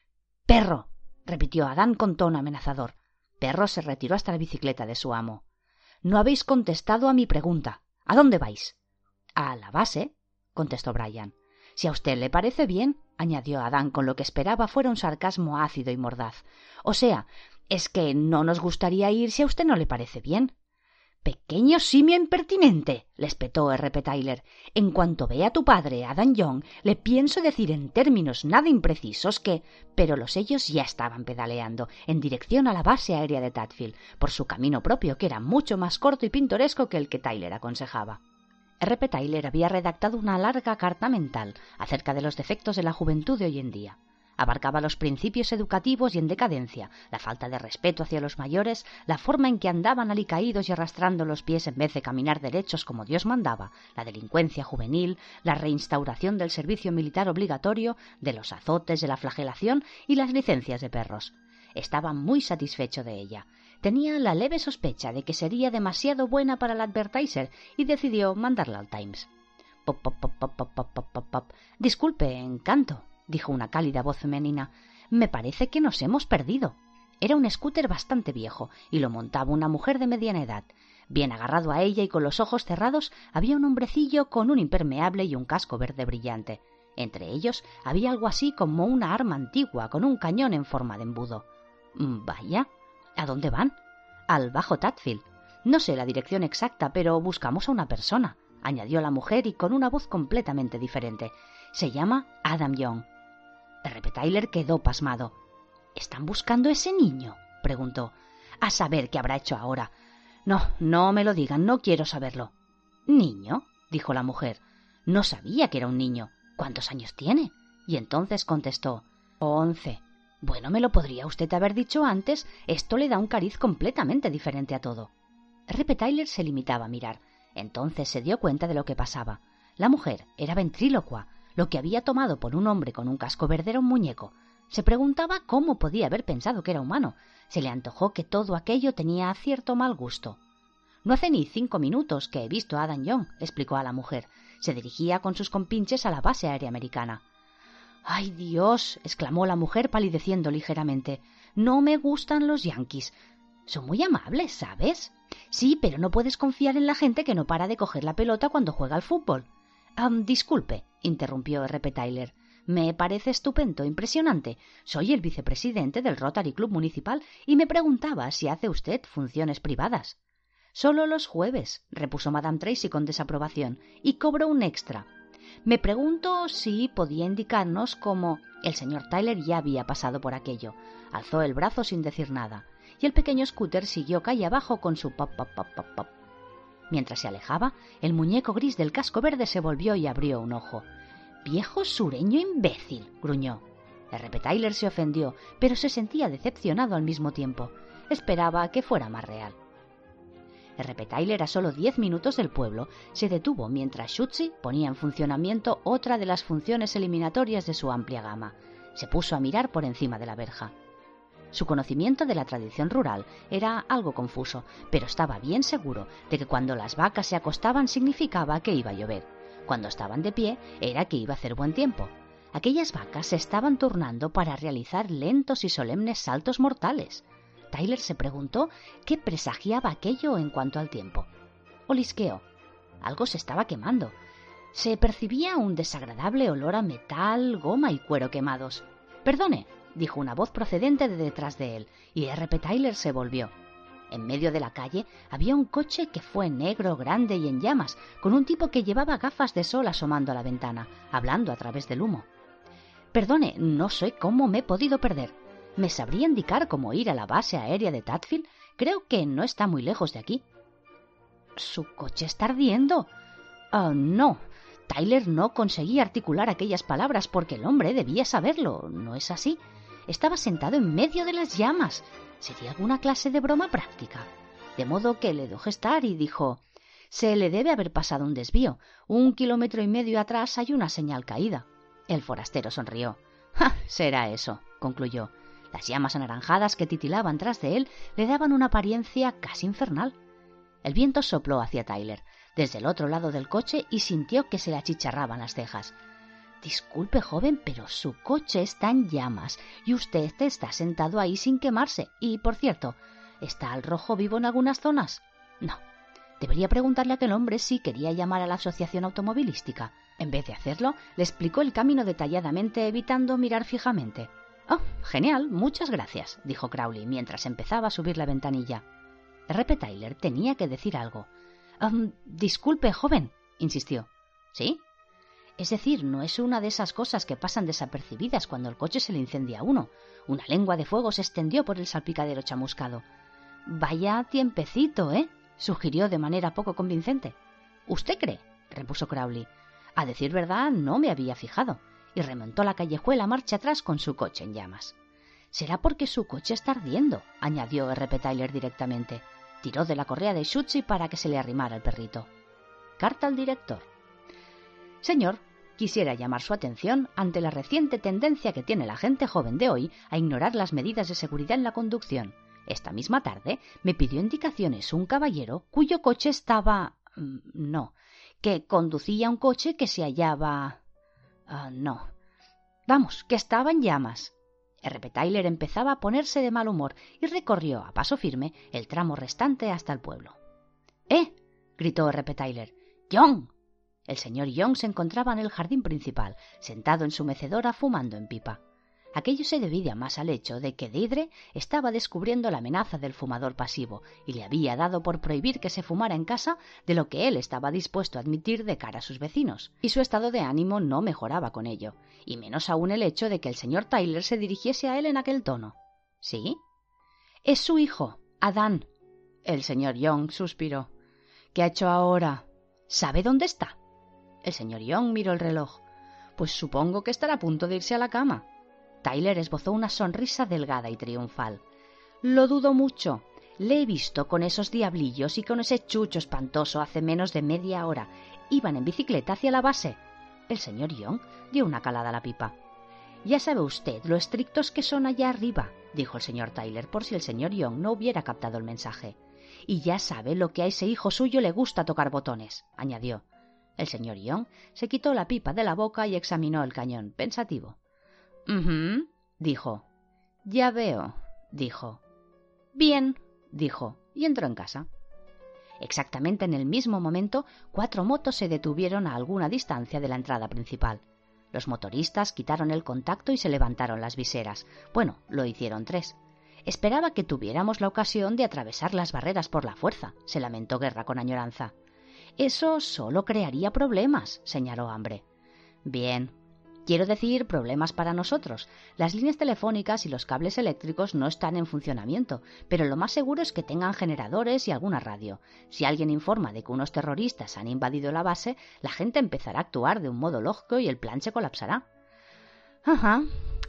Perro, repitió Adán con tono amenazador. Perro se retiró hasta la bicicleta de su amo. No habéis contestado a mi pregunta. ¿A dónde vais? A la base, contestó Brian. Si a usted le parece bien, añadió Adán con lo que esperaba fuera un sarcasmo ácido y mordaz. O sea, es que no nos gustaría ir si a usted no le parece bien. Pequeño simio impertinente, le espetó R P Tyler. En cuanto vea a tu padre, Adam Young, le pienso decir en términos nada imprecisos que... Pero los ellos ya estaban pedaleando en dirección a la base aérea de Tadfield, por su camino propio, que era mucho más corto y pintoresco que el que Tyler aconsejaba. R P Tyler había redactado una larga carta mental acerca de los defectos de la juventud de hoy en día. Abarcaba los principios educativos y en decadencia, la falta de respeto hacia los mayores, la forma en que andaban alicaídos y arrastrando los pies en vez de caminar derechos como Dios mandaba, la delincuencia juvenil, la reinstauración del servicio militar obligatorio, de los azotes, de la flagelación y las licencias de perros. Estaba muy satisfecho de ella. Tenía la leve sospecha de que sería demasiado buena para el Advertiser y decidió mandarla al Times. Pop, pop, pop, pop, pop, pop, pop, pop. Disculpe, encanto, dijo una cálida voz femenina. Me parece que nos hemos perdido. Era un scooter bastante viejo y lo montaba una mujer de mediana edad. Bien agarrado a ella y con los ojos cerrados había un hombrecillo con un impermeable y un casco verde brillante. Entre ellos había algo así como una arma antigua con un cañón en forma de embudo. Vaya, ¿a dónde van? Al Bajo Tadfield. No sé la dirección exacta, pero buscamos a una persona, añadió la mujer y con una voz completamente diferente. Se llama Adam Young. R P Tyler quedó pasmado. ¿Están buscando a ese niño?, preguntó. A saber qué habrá hecho ahora. No, no me lo digan, no quiero saberlo. ¿Niño?, dijo la mujer. No sabía que era un niño. ¿Cuántos años tiene? Y entonces contestó. Once. Bueno, me lo podría usted haber dicho antes. Esto le da un cariz completamente diferente a todo. R P Tyler se limitaba a mirar. Entonces se dio cuenta de lo que pasaba. La mujer era ventrílocua. Lo que había tomado por un hombre con un casco verde era un muñeco. Se preguntaba cómo podía haber pensado que era humano. Se le antojó que todo aquello tenía cierto mal gusto. No hace ni cinco minutos que he visto a Adam Young, explicó a la mujer. Se dirigía con sus compinches a la base aérea americana. ¡Ay, Dios!, exclamó la mujer palideciendo ligeramente. No me gustan los yanquis. Son muy amables, ¿sabes? Sí, pero no puedes confiar en la gente que no para de coger la pelota cuando juega al fútbol. Um, disculpe, interrumpió R P Tyler. Me parece estupendo, impresionante. Soy el vicepresidente del Rotary Club Municipal y me preguntaba si hace usted funciones privadas. Solo los jueves, repuso Madame Tracy con desaprobación, y cobro un extra. Me pregunto si podía indicarnos cómo... El señor Tyler ya había pasado por aquello. Alzó el brazo sin decir nada, y el pequeño scooter siguió calle abajo con su pop, pop, pop, pop, pop. Mientras se alejaba, el muñeco gris del casco verde se volvió y abrió un ojo. «Viejo sureño imbécil», gruñó. R P Tyler se ofendió, pero se sentía decepcionado al mismo tiempo. Esperaba que fuera más real. R P Tyler, a solo diez minutos del pueblo, se detuvo mientras Schutzi ponía en funcionamiento otra de las funciones eliminatorias de su amplia gama. Se puso a mirar por encima de la verja. Su conocimiento de la tradición rural era algo confuso, pero estaba bien seguro de que cuando las vacas se acostaban significaba que iba a llover. Cuando estaban de pie era que iba a hacer buen tiempo. Aquellas vacas se estaban turnando para realizar lentos y solemnes saltos mortales. Tyler se preguntó qué presagiaba aquello en cuanto al tiempo. Olisqueó. Algo se estaba quemando. Se percibía un desagradable olor a metal, goma y cuero quemados. «Perdone», dijo una voz procedente de detrás de él, y R P Tyler se volvió. En medio de la calle había un coche que fue negro, grande y en llamas, con un tipo que llevaba gafas de sol asomando a la ventana, hablando a través del humo. «Perdone, no sé cómo me he podido perder. ¿Me sabría indicar cómo ir a la base aérea de Tadfield? Creo que no está muy lejos de aquí». «¿Su coche está ardiendo?» «Ah, no». Tyler no conseguía articular aquellas palabras porque el hombre debía saberlo, ¿no es así? Estaba sentado en medio de las llamas. ¿Sería alguna clase de broma práctica? De modo que le dejó estar y dijo: «Se le debe haber pasado un desvío. Un kilómetro y medio atrás hay una señal caída». El forastero sonrió. «Ja, será eso», concluyó. Las llamas anaranjadas que titilaban tras de él le daban una apariencia casi infernal. El viento sopló hacia Tyler, desde el otro lado del coche, y sintió que se le achicharraban las cejas. «Disculpe, joven, pero su coche está en llamas y usted está sentado ahí sin quemarse. Y, por cierto, ¿está al rojo vivo en algunas zonas?» «No». Debería preguntarle a aquel hombre si quería llamar a la asociación automovilística. En vez de hacerlo, le explicó el camino detalladamente, evitando mirar fijamente. «Oh, genial, muchas gracias», dijo Crowley mientras empezaba a subir la ventanilla. R P Tyler tenía que decir algo. Um, «Disculpe, joven», insistió. «¿Sí?» «Es decir, no es una de esas cosas que pasan desapercibidas cuando el coche se le incendia a uno». Una lengua de fuego se extendió por el salpicadero chamuscado. «Vaya tiempecito, ¿eh?», sugirió de manera poco convincente. «¿Usted cree?», repuso Crowley. «A decir verdad, no me había fijado», y remontó la callejuela marcha atrás con su coche en llamas. «Será porque su coche está ardiendo», añadió R P Tyler directamente. Tiró de la correa de Schutzi para que se le arrimara el perrito. Carta al director. «Señor, quisiera llamar su atención ante la reciente tendencia que tiene la gente joven de hoy a ignorar las medidas de seguridad en la conducción. Esta misma tarde me pidió indicaciones un caballero cuyo coche estaba... no, que conducía un coche que se hallaba... Uh, no. Vamos, que estaba en llamas». R P Tyler empezaba a ponerse de mal humor y recorrió a paso firme el tramo restante hasta el pueblo. «¡Eh!», gritó R P Tyler. «¡Young!». El señor Young se encontraba en el jardín principal, sentado en su mecedora fumando en pipa. Aquello se debía más al hecho de que Deirdre estaba descubriendo la amenaza del fumador pasivo y le había dado por prohibir que se fumara en casa de lo que él estaba dispuesto a admitir de cara a sus vecinos, y su estado de ánimo no mejoraba con ello, y menos aún el hecho de que el señor Tyler se dirigiese a él en aquel tono. «¿Sí?» «Es su hijo, Adán». El señor Young suspiró. «¿Qué ha hecho ahora?» «¿Sabe dónde está?» El señor Young miró el reloj. «Pues supongo que estará a punto de irse a la cama». Tyler esbozó una sonrisa delgada y triunfal. «Lo dudo mucho. Le he visto con esos diablillos y con ese chucho espantoso hace menos de media hora. Iban en bicicleta hacia la base». El señor Young dio una calada a la pipa. «Ya sabe usted lo estrictos que son allá arriba», dijo el señor Tyler, por si el señor Young no hubiera captado el mensaje. «Y ya sabe lo que a ese hijo suyo le gusta tocar botones», añadió. El señor Young se quitó la pipa de la boca y examinó el cañón, pensativo. «Uh-huh», dijo. «Ya veo», dijo. «Bien», dijo, y entró en casa. Exactamente en el mismo momento, cuatro motos se detuvieron a alguna distancia de la entrada principal. Los motoristas quitaron el contacto y se levantaron las viseras. Bueno, lo hicieron tres. «Esperaba que tuviéramos la ocasión de atravesar las barreras por la fuerza», se lamentó Guerra con añoranza. «Eso solo crearía problemas», señaló Hambre. «Bien. Quiero decir, problemas para nosotros. Las líneas telefónicas y los cables eléctricos no están en funcionamiento, pero lo más seguro es que tengan generadores y alguna radio. Si alguien informa de que unos terroristas han invadido la base, la gente empezará a actuar de un modo lógico y el plan se colapsará». «Ajá.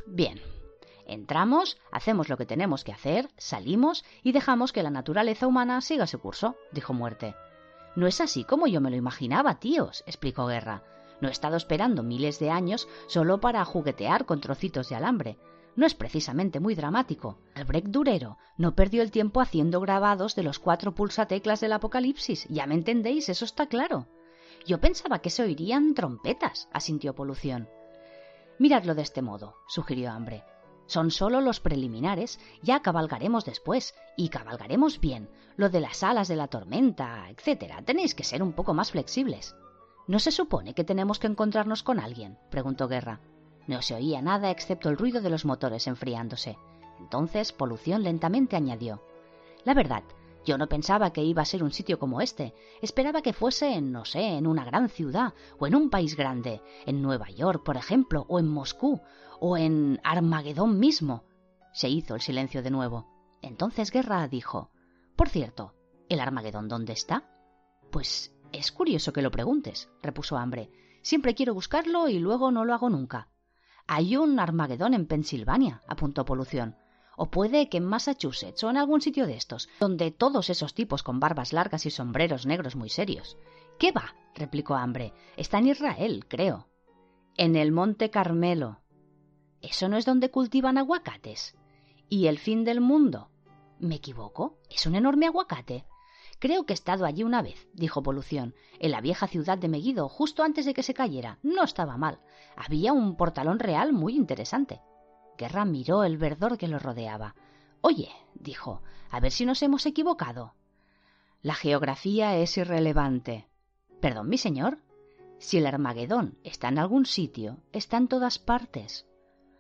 Bien. Entramos, hacemos lo que tenemos que hacer, salimos y dejamos que la naturaleza humana siga su curso, dijo Muerte. No es así como yo me lo imaginaba, tíos, explicó Guerra. No he estado esperando miles de años solo para juguetear con trocitos de alambre. No es precisamente muy dramático. Albrecht Durero no perdió el tiempo haciendo grabados de los cuatro pulsateclas del apocalipsis. Ya me entendéis, eso está claro. Yo pensaba que se oirían trompetas, asintió Polución. Miradlo de este modo, sugirió Hambre. Son solo los preliminares, ya cabalgaremos después, y cabalgaremos bien. Lo de las alas de la tormenta, etcétera. Tenéis que ser un poco más flexibles. ¿No se supone que tenemos que encontrarnos con alguien?, preguntó Guerra. No se oía nada excepto el ruido de los motores enfriándose. Entonces Polución lentamente añadió. La verdad, yo no pensaba que iba a ser un sitio como este. Esperaba que fuese en, no sé, en una gran ciudad, o en un país grande, en Nueva York, por ejemplo, o en Moscú, o en Armagedón mismo. Se hizo el silencio de nuevo. Entonces Guerra dijo. Por cierto, ¿el Armagedón dónde está? Pues es curioso que lo preguntes, repuso Hambre. Siempre quiero buscarlo y luego no lo hago nunca. Hay un Armagedón en Pensilvania, apuntó Polución. O puede que en Massachusetts o en algún sitio de estos, donde todos esos tipos con barbas largas y sombreros negros muy serios. ¿Qué va?, replicó Hambre. Está en Israel, creo. En el Monte Carmelo. ¿Eso no es donde cultivan aguacates? ¿Y el fin del mundo? ¿Me equivoco? ¿Es un enorme aguacate? Creo que he estado allí una vez, dijo Polución, en la vieja ciudad de Megiddo, justo antes de que se cayera. No estaba mal. Había un portalón real muy interesante. Guerra miró el verdor que lo rodeaba. Oye, dijo, a ver si nos hemos equivocado. La geografía es irrelevante. Perdón, mi señor. Si el Armagedón está en algún sitio, está en todas partes.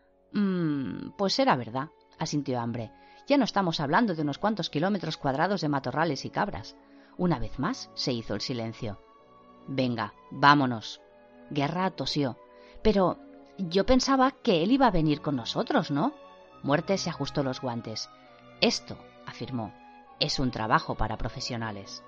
Mmm, pues era verdad, asintió Hambre. Ya no estamos hablando de unos cuantos kilómetros cuadrados de matorrales y cabras. Una vez más se hizo el silencio. Venga, vámonos. Guerra tosió. Pero yo pensaba que él iba a venir con nosotros, ¿no? Muerte se ajustó los guantes. Esto, afirmó, es un trabajo para profesionales.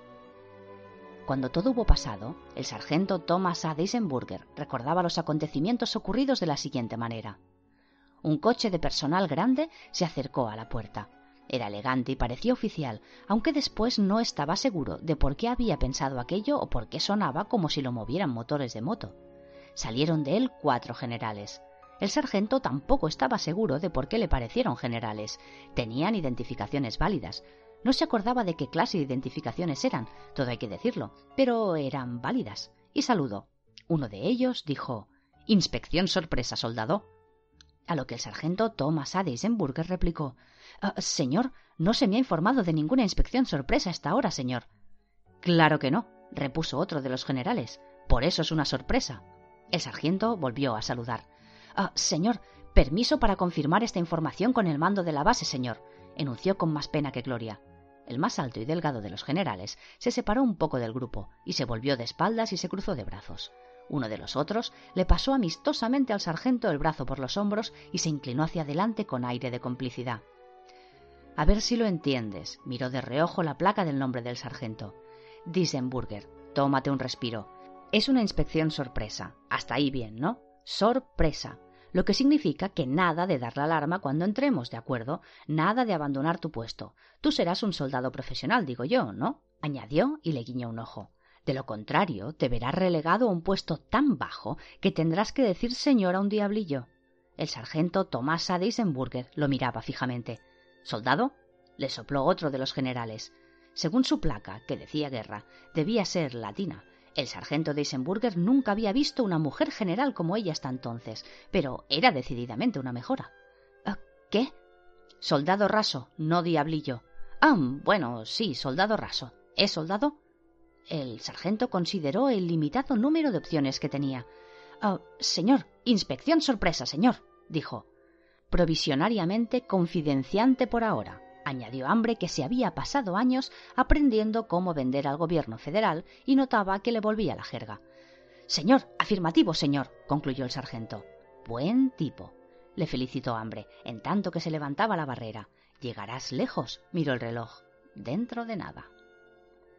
Cuando todo hubo pasado, el sargento Thomas A. Disenburger recordaba los acontecimientos ocurridos de la siguiente manera. Un coche de personal grande se acercó a la puerta. Era elegante y parecía oficial, aunque después no estaba seguro de por qué había pensado aquello o por qué sonaba como si lo movieran motores de moto. Salieron de él cuatro generales. El sargento tampoco estaba seguro de por qué le parecieron generales. Tenían identificaciones válidas. No se acordaba de qué clase de identificaciones eran, todo hay que decirlo, pero eran válidas. Y saludó. Uno de ellos dijo: «Inspección sorpresa, soldado». A lo que el sargento Thomas A. Disenburger replicó: «Ah, señor, no se me ha informado de ninguna inspección sorpresa hasta ahora, señor». «Claro que no», repuso otro de los generales. «Por eso es una sorpresa». El sargento volvió a saludar. «Ah, señor, permiso para confirmar esta información con el mando de la base, señor», enunció con más pena que gloria. El más alto y delgado de los generales se separó un poco del grupo y se volvió de espaldas y se cruzó de brazos. Uno de los otros le pasó amistosamente al sargento el brazo por los hombros y se inclinó hacia adelante con aire de complicidad. «A ver si lo entiendes», miró de reojo la placa del nombre del sargento. «Disenburger, tómate un respiro. Es una inspección sorpresa. Hasta ahí bien, ¿no? Sorpresa. Lo que significa que nada de dar la alarma cuando entremos, ¿de acuerdo? Nada de abandonar tu puesto. Tú serás un soldado profesional, digo yo, ¿no?», añadió y le guiñó un ojo. «De lo contrario, te verás relegado a un puesto tan bajo que tendrás que decir señor a un diablillo». El sargento Thomas A. Disenburger lo miraba fijamente. «¿Soldado?», le sopló otro de los generales. Según su placa, que decía guerra, debía ser latina. El sargento Disenburger nunca había visto una mujer general como ella hasta entonces, pero era decididamente una mejora. «¿Qué?» «Soldado raso, no diablillo». «Ah, bueno, sí, soldado raso. ¿Es soldado?» El sargento consideró el limitado número de opciones que tenía. «Ah, señor, inspección sorpresa, señor», dijo. «Provisionariamente confidenciante por ahora», añadió Hambre, que se había pasado años aprendiendo cómo vender al gobierno federal y notaba que le volvía la jerga. «Señor, afirmativo, señor», concluyó el sargento. «Buen tipo», le felicitó Hambre, en tanto que se levantaba la barrera. «Llegarás lejos», miró el reloj. «Dentro de nada».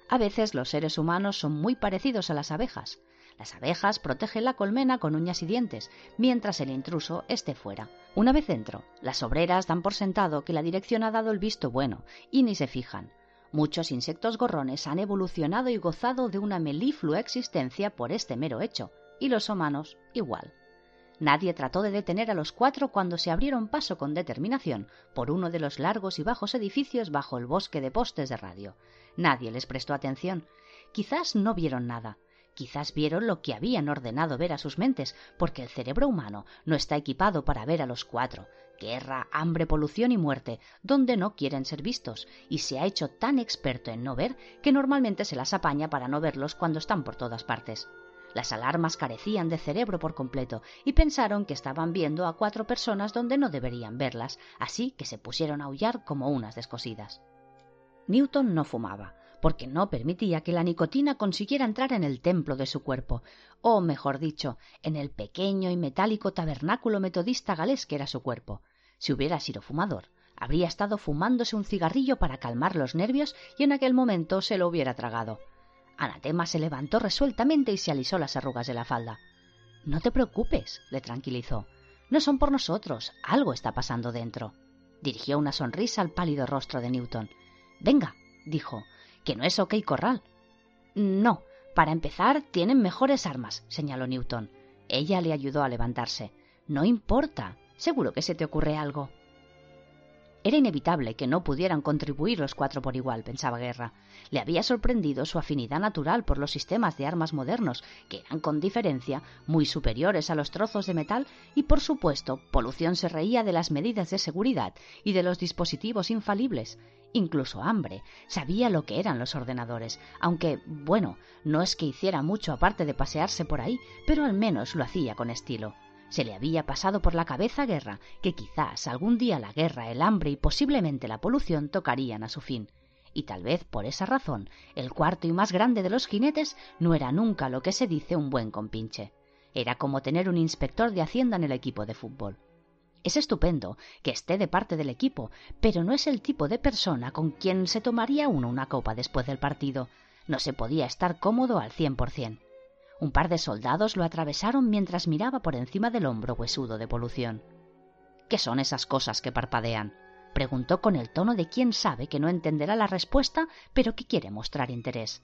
A veces los seres humanos son muy parecidos a las abejas. Las abejas protegen la colmena con uñas y dientes, mientras el intruso esté fuera. Una vez dentro, las obreras dan por sentado que la dirección ha dado el visto bueno y ni se fijan. Muchos insectos gorrones han evolucionado y gozado de una meliflua existencia por este mero hecho, y los humanos igual. Nadie trató de detener a los cuatro cuando se abrieron paso con determinación por uno de los largos y bajos edificios bajo el bosque de postes de radio. Nadie les prestó atención. Quizás no vieron nada. Quizás vieron lo que habían ordenado ver a sus mentes, porque el cerebro humano no está equipado para ver a los cuatro. Guerra, hambre, polución y muerte, donde no quieren ser vistos, y se ha hecho tan experto en no ver que normalmente se las apaña para no verlos cuando están por todas partes. Las alarmas carecían de cerebro por completo y pensaron que estaban viendo a cuatro personas donde no deberían verlas, así que se pusieron a aullar como unas descosidas. Newton no fumaba, porque no permitía que la nicotina consiguiera entrar en el templo de su cuerpo, o mejor dicho, en el pequeño y metálico tabernáculo metodista galés que era su cuerpo. Si hubiera sido fumador, habría estado fumándose un cigarrillo para calmar los nervios y en aquel momento se lo hubiera tragado. Anatema se levantó resueltamente y se alisó las arrugas de la falda. «No te preocupes», le tranquilizó. «No son por nosotros, algo está pasando dentro». Dirigió una sonrisa al pálido rostro de Newton. «Venga», dijo, «que no es OK Corral». «No, para empezar tienen mejores armas», señaló Newton. Ella le ayudó a levantarse. «No importa, seguro que se te ocurre algo». Era inevitable que no pudieran contribuir los cuatro por igual, pensaba Guerra. Le había sorprendido su afinidad natural por los sistemas de armas modernos, que eran con diferencia muy superiores a los trozos de metal, y por supuesto, Polución se reía de las medidas de seguridad y de los dispositivos infalibles. Incluso Hambre sabía lo que eran los ordenadores, aunque, bueno, no es que hiciera mucho aparte de pasearse por ahí, pero al menos lo hacía con estilo. Se le había pasado por la cabeza a Guerra que quizás algún día la guerra, el hambre y posiblemente la polución tocarían a su fin. Y tal vez por esa razón el cuarto y más grande de los jinetes no era nunca lo que se dice un buen compinche. Era como tener un inspector de Hacienda en el equipo de fútbol. Es estupendo que esté de parte del equipo, pero no es el tipo de persona con quien se tomaría uno una copa después del partido. No se podía estar cómodo al cien por cien. Un par de soldados lo atravesaron mientras miraba por encima del hombro huesudo de Polución. «¿Qué son esas cosas que parpadean?», preguntó con el tono de quien sabe que no entenderá la respuesta, pero que quiere mostrar interés.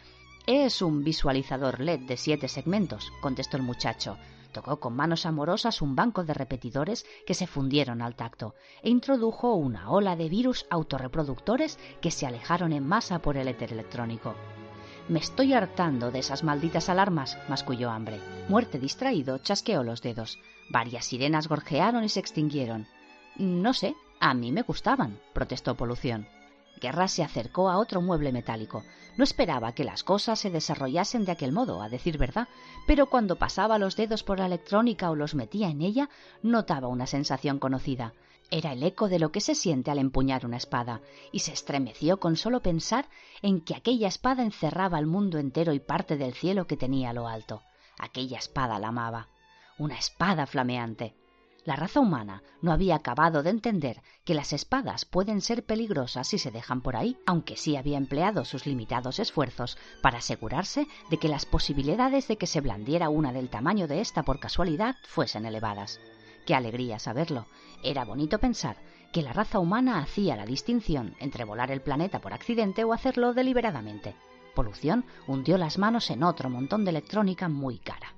«Es un visualizador L E D de siete segmentos», contestó el muchacho. Tocó con manos amorosas un banco de repetidores que se fundieron al tacto e introdujo una ola de virus autorreproductores que se alejaron en masa por el éter electrónico. «Me estoy hartando de esas malditas alarmas», masculló Hambre. Muerte distraído chasqueó los dedos. Varias sirenas gorjearon y se extinguieron. «No sé, a mí me gustaban», protestó Polución. Guerra se acercó a otro mueble metálico. No esperaba que las cosas se desarrollasen de aquel modo, a decir verdad, pero cuando pasaba los dedos por la electrónica o los metía en ella, notaba una sensación conocida. Era el eco de lo que se siente al empuñar una espada, y se estremeció con solo pensar en que aquella espada encerraba al mundo entero y parte del cielo que tenía a lo alto. Aquella espada la amaba. Una espada flameante. La raza humana no había acabado de entender que las espadas pueden ser peligrosas si se dejan por ahí, aunque sí había empleado sus limitados esfuerzos para asegurarse de que las posibilidades de que se blandiera una del tamaño de esta por casualidad fuesen elevadas. ¡Qué alegría saberlo! Era bonito pensar que la raza humana hacía la distinción entre volar el planeta por accidente o hacerlo deliberadamente. Polución hundió las manos en otro montón de electrónica muy cara.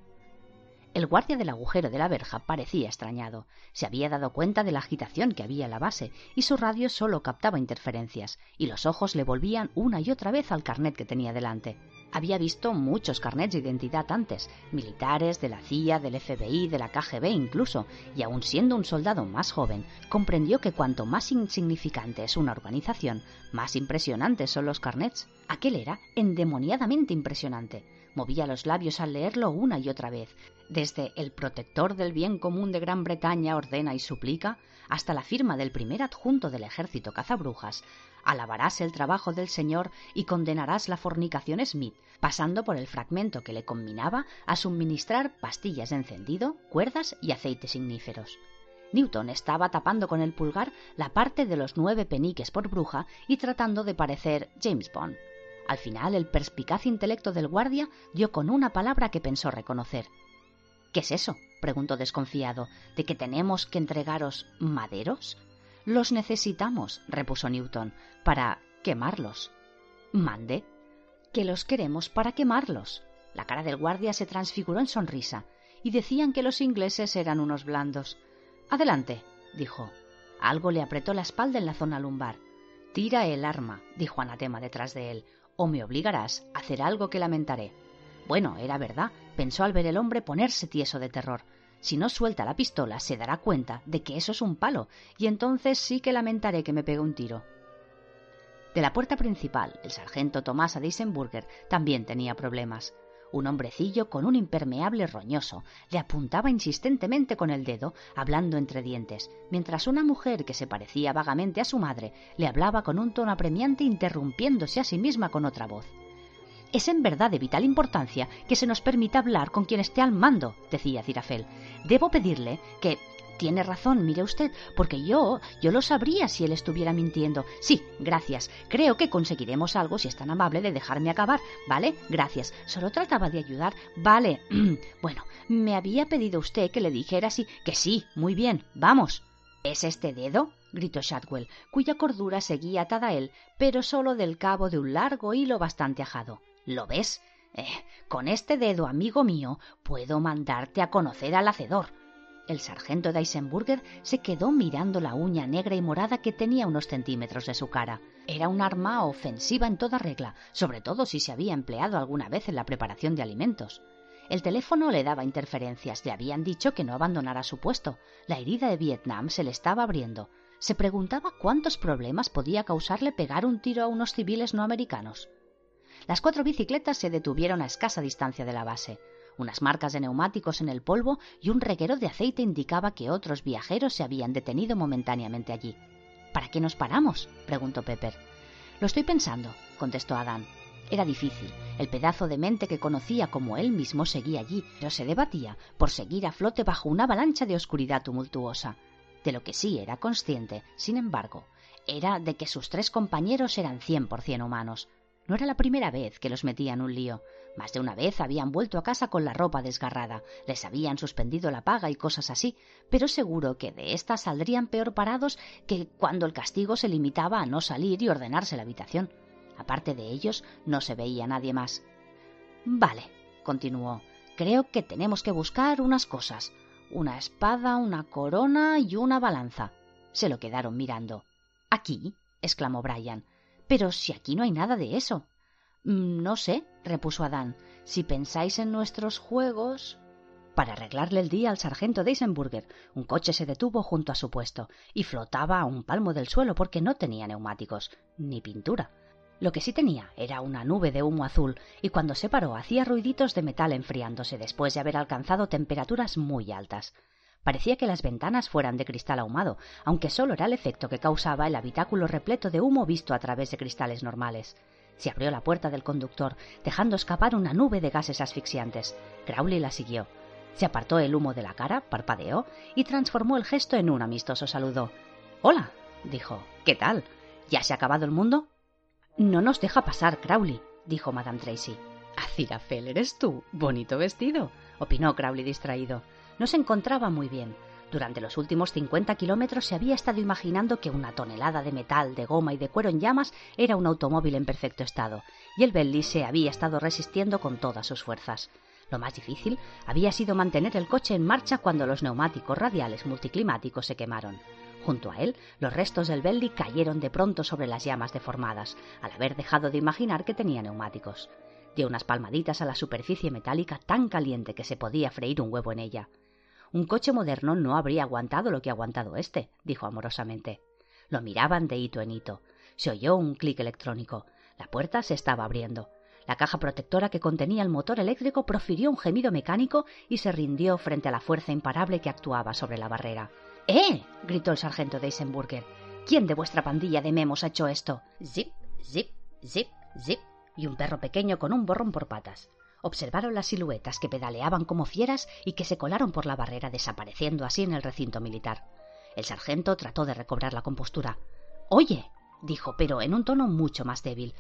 El guardia del agujero de la verja parecía extrañado. Se había dado cuenta de la agitación que había en la base y su radio solo captaba interferencias, y los ojos le volvían una y otra vez al carnet que tenía delante. Había visto muchos carnets de identidad antes, militares, de la C I A, del F B I, de la K G B incluso, y aun siendo un soldado más joven, comprendió que cuanto más insignificante es una organización, más impresionantes son los carnets. Aquel era endemoniadamente impresionante. Movía los labios al leerlo una y otra vez, desde el protector del bien común de Gran Bretaña ordena y suplica, hasta la firma del primer adjunto del ejército cazabrujas. Alabarás el trabajo del Señor y condenarás la fornicación Smith, pasando por el fragmento que le conminaba a suministrar pastillas de encendido, cuerdas y aceites igníferos. Newton estaba tapando con el pulgar la parte de los nueve peniques por bruja y tratando de parecer James Bond. Al final, el perspicaz intelecto del guardia dio con una palabra que pensó reconocer. —¿Qué es eso? —preguntó desconfiado—, ¿de que tenemos que entregaros maderos? —Los necesitamos —repuso Newton— para quemarlos. —¿Mande? —Que los queremos para quemarlos. La cara del guardia se transfiguró en sonrisa, y decían que los ingleses eran unos blandos. —Adelante —dijo. Algo le apretó la espalda en la zona lumbar. —Tira el arma —dijo Anatema detrás de él—, o me obligarás a hacer algo que lamentaré. Bueno, era verdad, pensó al ver el hombre ponerse tieso de terror. Si no suelta la pistola, se dará cuenta de que eso es un palo, y entonces sí que lamentaré que me pegue un tiro. De la puerta principal, el sargento Tomás Eisenburger también tenía problemas. Un hombrecillo con un impermeable roñoso le apuntaba insistentemente con el dedo, hablando entre dientes, mientras una mujer que se parecía vagamente a su madre le hablaba con un tono apremiante, interrumpiéndose a sí misma con otra voz. «Es en verdad de vital importancia que se nos permita hablar con quien esté al mando», decía Zirafel. «Debo pedirle que...» «Tiene razón, mire usted, porque yo, yo lo sabría si él estuviera mintiendo. Sí, gracias. Creo que conseguiremos algo si es tan amable de dejarme acabar. ¿Vale? Gracias. Solo trataba de ayudar. Vale. Bueno, me había pedido usted que le dijera sí. Que sí. Muy bien. Vamos». «¿Es este dedo?», gritó Shadwell, cuya cordura seguía atada a él, pero solo del cabo de un largo hilo bastante ajado. «¿Lo ves? Eh, con este dedo, amigo mío, puedo mandarte a conocer al hacedor». El sargento de Eisenburger se quedó mirando la uña negra y morada que tenía unos centímetros de su cara. Era un arma ofensiva en toda regla, sobre todo si se había empleado alguna vez en la preparación de alimentos. El teléfono le daba interferencias, le habían dicho que no abandonara su puesto. La herida de Vietnam se le estaba abriendo. Se preguntaba cuántos problemas podía causarle pegar un tiro a unos civiles no americanos. Las cuatro bicicletas se detuvieron a escasa distancia de la base. Unas marcas de neumáticos en el polvo y un reguero de aceite indicaba que otros viajeros se habían detenido momentáneamente allí. «¿Para qué nos paramos?», preguntó Pepper. «Lo estoy pensando», contestó Adán. Era difícil. El pedazo de mente que conocía como él mismo seguía allí, pero se debatía por seguir a flote bajo una avalancha de oscuridad tumultuosa. De lo que sí era consciente, sin embargo, era de que sus tres compañeros eran cien por cien humanos. No era la primera vez que los metía en un lío. Más de una vez habían vuelto a casa con la ropa desgarrada, les habían suspendido la paga y cosas así, pero seguro que de estas saldrían peor parados que cuando el castigo se limitaba a no salir y ordenarse la habitación. Aparte de ellos, no se veía nadie más. «Vale», continuó, «creo que tenemos que buscar unas cosas. Una espada, una corona y una balanza». Se lo quedaron mirando. «¿Aquí?», exclamó Brian. «Pero si aquí no hay nada de eso». «No sé», repuso Adán, «si pensáis en nuestros juegos...» Para arreglarle el día al sargento de Eisenburger, un coche se detuvo junto a su puesto y flotaba a un palmo del suelo porque no tenía neumáticos, ni pintura. Lo que sí tenía era una nube de humo azul, y cuando se paró hacía ruiditos de metal enfriándose después de haber alcanzado temperaturas muy altas. Parecía que las ventanas fueran de cristal ahumado, aunque solo era el efecto que causaba el habitáculo repleto de humo visto a través de cristales normales. Se abrió la puerta del conductor, dejando escapar una nube de gases asfixiantes. Crowley la siguió. Se apartó el humo de la cara, parpadeó y transformó el gesto en un amistoso saludo. «Hola», dijo. «¿Qué tal? ¿Ya se ha acabado el mundo?» «No nos deja pasar, Crowley», dijo Madame Tracy. «Aziraphale, ¿eres tú? Bonito vestido», opinó Crowley distraído. No se encontraba muy bien. Durante los últimos cincuenta kilómetros se había estado imaginando que una tonelada de metal, de goma y de cuero en llamas era un automóvil en perfecto estado, y el Bentley se había estado resistiendo con todas sus fuerzas. Lo más difícil había sido mantener el coche en marcha cuando los neumáticos radiales multiclimáticos se quemaron. Junto a él, los restos del Bentley cayeron de pronto sobre las llamas deformadas, al haber dejado de imaginar que tenía neumáticos. Dio unas palmaditas a la superficie metálica tan caliente que se podía freír un huevo en ella. «Un coche moderno no habría aguantado lo que ha aguantado este», dijo amorosamente. Lo miraban de hito en hito. Se oyó un clic electrónico. La puerta se estaba abriendo. La caja protectora que contenía el motor eléctrico profirió un gemido mecánico y se rindió frente a la fuerza imparable que actuaba sobre la barrera. «¡Eh!», gritó el sargento de Eisenburger. «¿Quién de vuestra pandilla de memos ha hecho esto?» Zip, zip, zip, zip, y un perro pequeño con un borrón por patas. Observaron las siluetas que pedaleaban como fieras y que se colaron por la barrera, desapareciendo así en el recinto militar. El sargento trató de recobrar la compostura. «Oye», dijo, pero en un tono mucho más débil,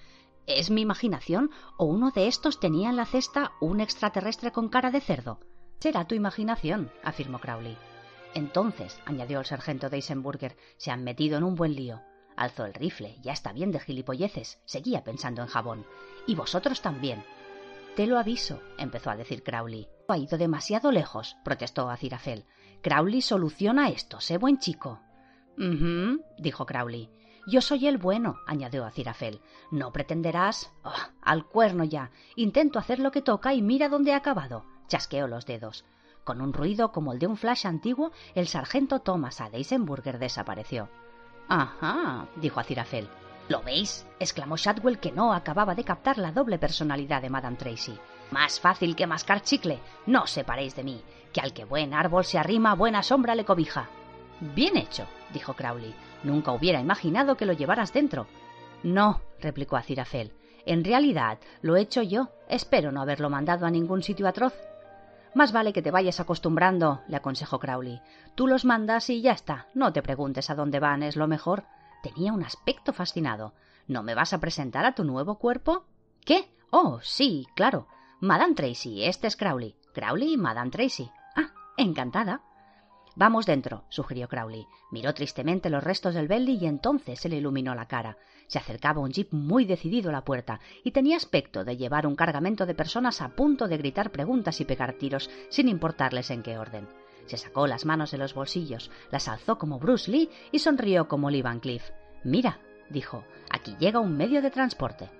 ¿Es mi imaginación o uno de estos tenía en la cesta un extraterrestre con cara de cerdo? Será tu imaginación, afirmó Crowley. Entonces, añadió el sargento Eisenberger, se han metido en un buen lío. Alzó el rifle, ya está bien de gilipolleces, seguía pensando en jabón. Y vosotros también. Te lo aviso, empezó a decir Crowley. Ha ido demasiado lejos, protestó Aziraphale. Crowley soluciona esto, sé buen chico. Uh-huh, dijo Crowley. Yo soy el bueno, añadió Aziraphale. No pretenderás... Oh, al cuerno ya. Intento hacer lo que toca y mira dónde he acabado. Chasqueó los dedos. Con un ruido como el de un flash antiguo, el sargento Thomas A. Eisenberger desapareció. Ajá, dijo Aziraphale. ¿Lo veis?, exclamó Shadwell, que no acababa de captar la doble personalidad de Madame Tracy. Más fácil que mascar chicle. No os separéis de mí, que al que buen árbol se arrima, buena sombra le cobija. Bien hecho, dijo Crowley. Nunca hubiera imaginado que lo llevaras dentro. No, replicó Aziraphale. En realidad, lo he hecho yo. Espero no haberlo mandado a ningún sitio atroz. Más vale que te vayas acostumbrando, le aconsejó Crowley. Tú los mandas y ya está. No te preguntes a dónde van, es lo mejor. Tenía un aspecto fascinado. ¿No me vas a presentar a tu nuevo cuerpo? ¿Qué? Oh, sí, claro. Madame Tracy, este es Crowley. Crowley y Madame Tracy. Ah, encantada. Vamos dentro, sugirió Crowley. Miró tristemente los restos del Bentley y entonces se le iluminó la cara. Se acercaba un jeep muy decidido a la puerta y tenía aspecto de llevar un cargamento de personas a punto de gritar preguntas y pegar tiros sin importarles en qué orden. Se sacó las manos de los bolsillos, las alzó como Bruce Lee y sonrió como Lee Van Cleef. «Mira», dijo, «aquí llega un medio de transporte».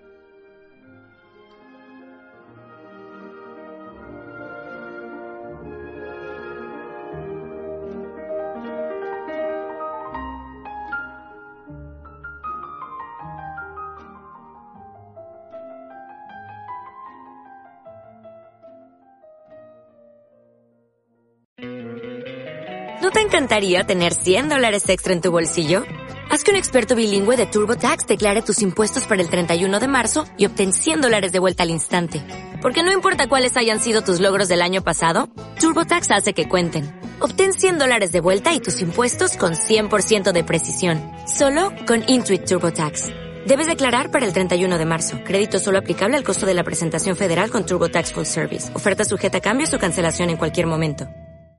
¿No te encantaría tener cien dólares extra en tu bolsillo? Haz que un experto bilingüe de TurboTax declare tus impuestos para el treinta y uno de marzo y obtén cien dólares de vuelta al instante. Porque no importa cuáles hayan sido tus logros del año pasado, TurboTax hace que cuenten. Obtén cien dólares de vuelta y tus impuestos con cien por ciento de precisión. Solo con Intuit TurboTax. Debes declarar para el treinta y uno de marzo. Crédito solo aplicable al costo de la presentación federal con TurboTax Full Service. Oferta sujeta a cambios o cancelación en cualquier momento.